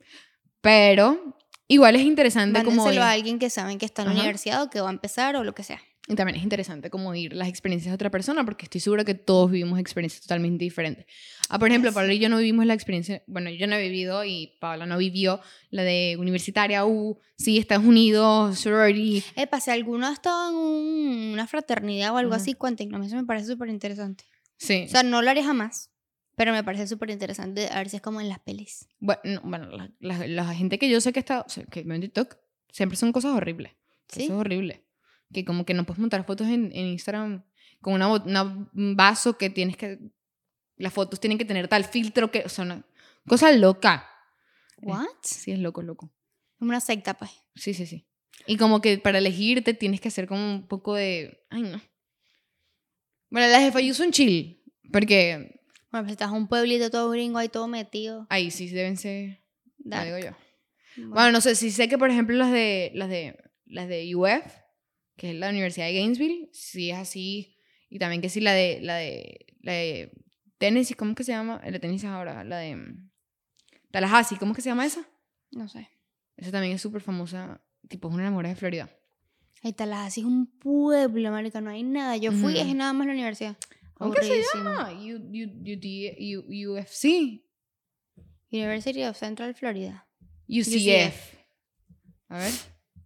Pero igual es interesante como... Mándenselo a ir- alguien que saben que está en la Ajá. universidad o que va a empezar o lo que sea. Y también es interesante como oír las experiencias de otra persona, porque estoy segura que todos vivimos experiencias totalmente diferentes. Ah, por ejemplo, Así. Pablo y yo no vivimos la experiencia, bueno, yo no he vivido y Paula no vivió la de universitaria, U, sí, Estados Unidos, sorority. Epa, si alguno ha estado en un- una fraternidad o algo Ajá. así, cuéntenos. A mí eso me parece súper interesante. Sí. O sea, no lo haré jamás, pero me parece súper interesante. A ver si es como en las pelis. bueno, no, bueno la, la- la gente que yo sé que está, o sea, que ve en TikTok, siempre son cosas horribles. ¿Sí? Eso es horrible. Que como que no puedes montar fotos en, en Instagram con una, bot- una- un vaso que tienes que... Las fotos tienen que tener tal filtro que... O sea, una cosa loca. ¿What? Sí, es loco, loco. Como una secta, pues. Sí, sí, sí. Y como que para elegirte tienes que hacer como un poco de... Ay, no. Bueno, las de F I U son chill. Porque Bueno, pues estás en un pueblito todo gringo ahí todo metido. ahí sí deben ser... Lo Dark. digo yo. Bueno. Bueno, no sé, si sé que por ejemplo las de, las de, las de U F, que es la Universidad de Gainesville, sí es así. Y también que sí la de, la de, la de Tennessee, ¿cómo que se llama? La de Tennessee ahora, la de mm, Tallahassee, ¿cómo que se llama esa? No sé. Esa también es súper famosa, tipo es una enamorada de Florida. Ahí Tallahassee es un pueblo, marica, no hay nada. Yo fui, Ujú. es nada más la universidad. ¿Cómo que se Aburridísimo. llama? U, U, U, D, U, U F C. University of Central Florida. U C F. A ver.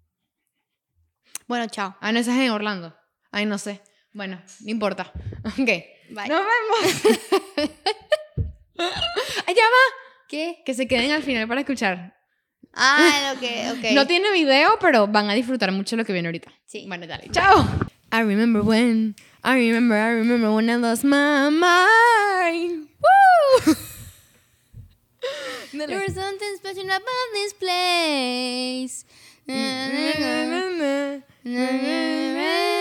Bueno, chao. Ah, no, esa es en Orlando. Ay, no sé. Bueno, no importa. Ok. Bye. Nos vemos. Allá va. ¿Qué? Que se queden al final para escuchar. Ah, ok, ok. No tiene video, pero van a disfrutar mucho lo que viene ahorita. Sí. Bueno, dale. Chao. I remember when, I remember, I remember when I lost my mind. Woo! Dale. There's something special about this place. Na, na, na, na, na, na, na.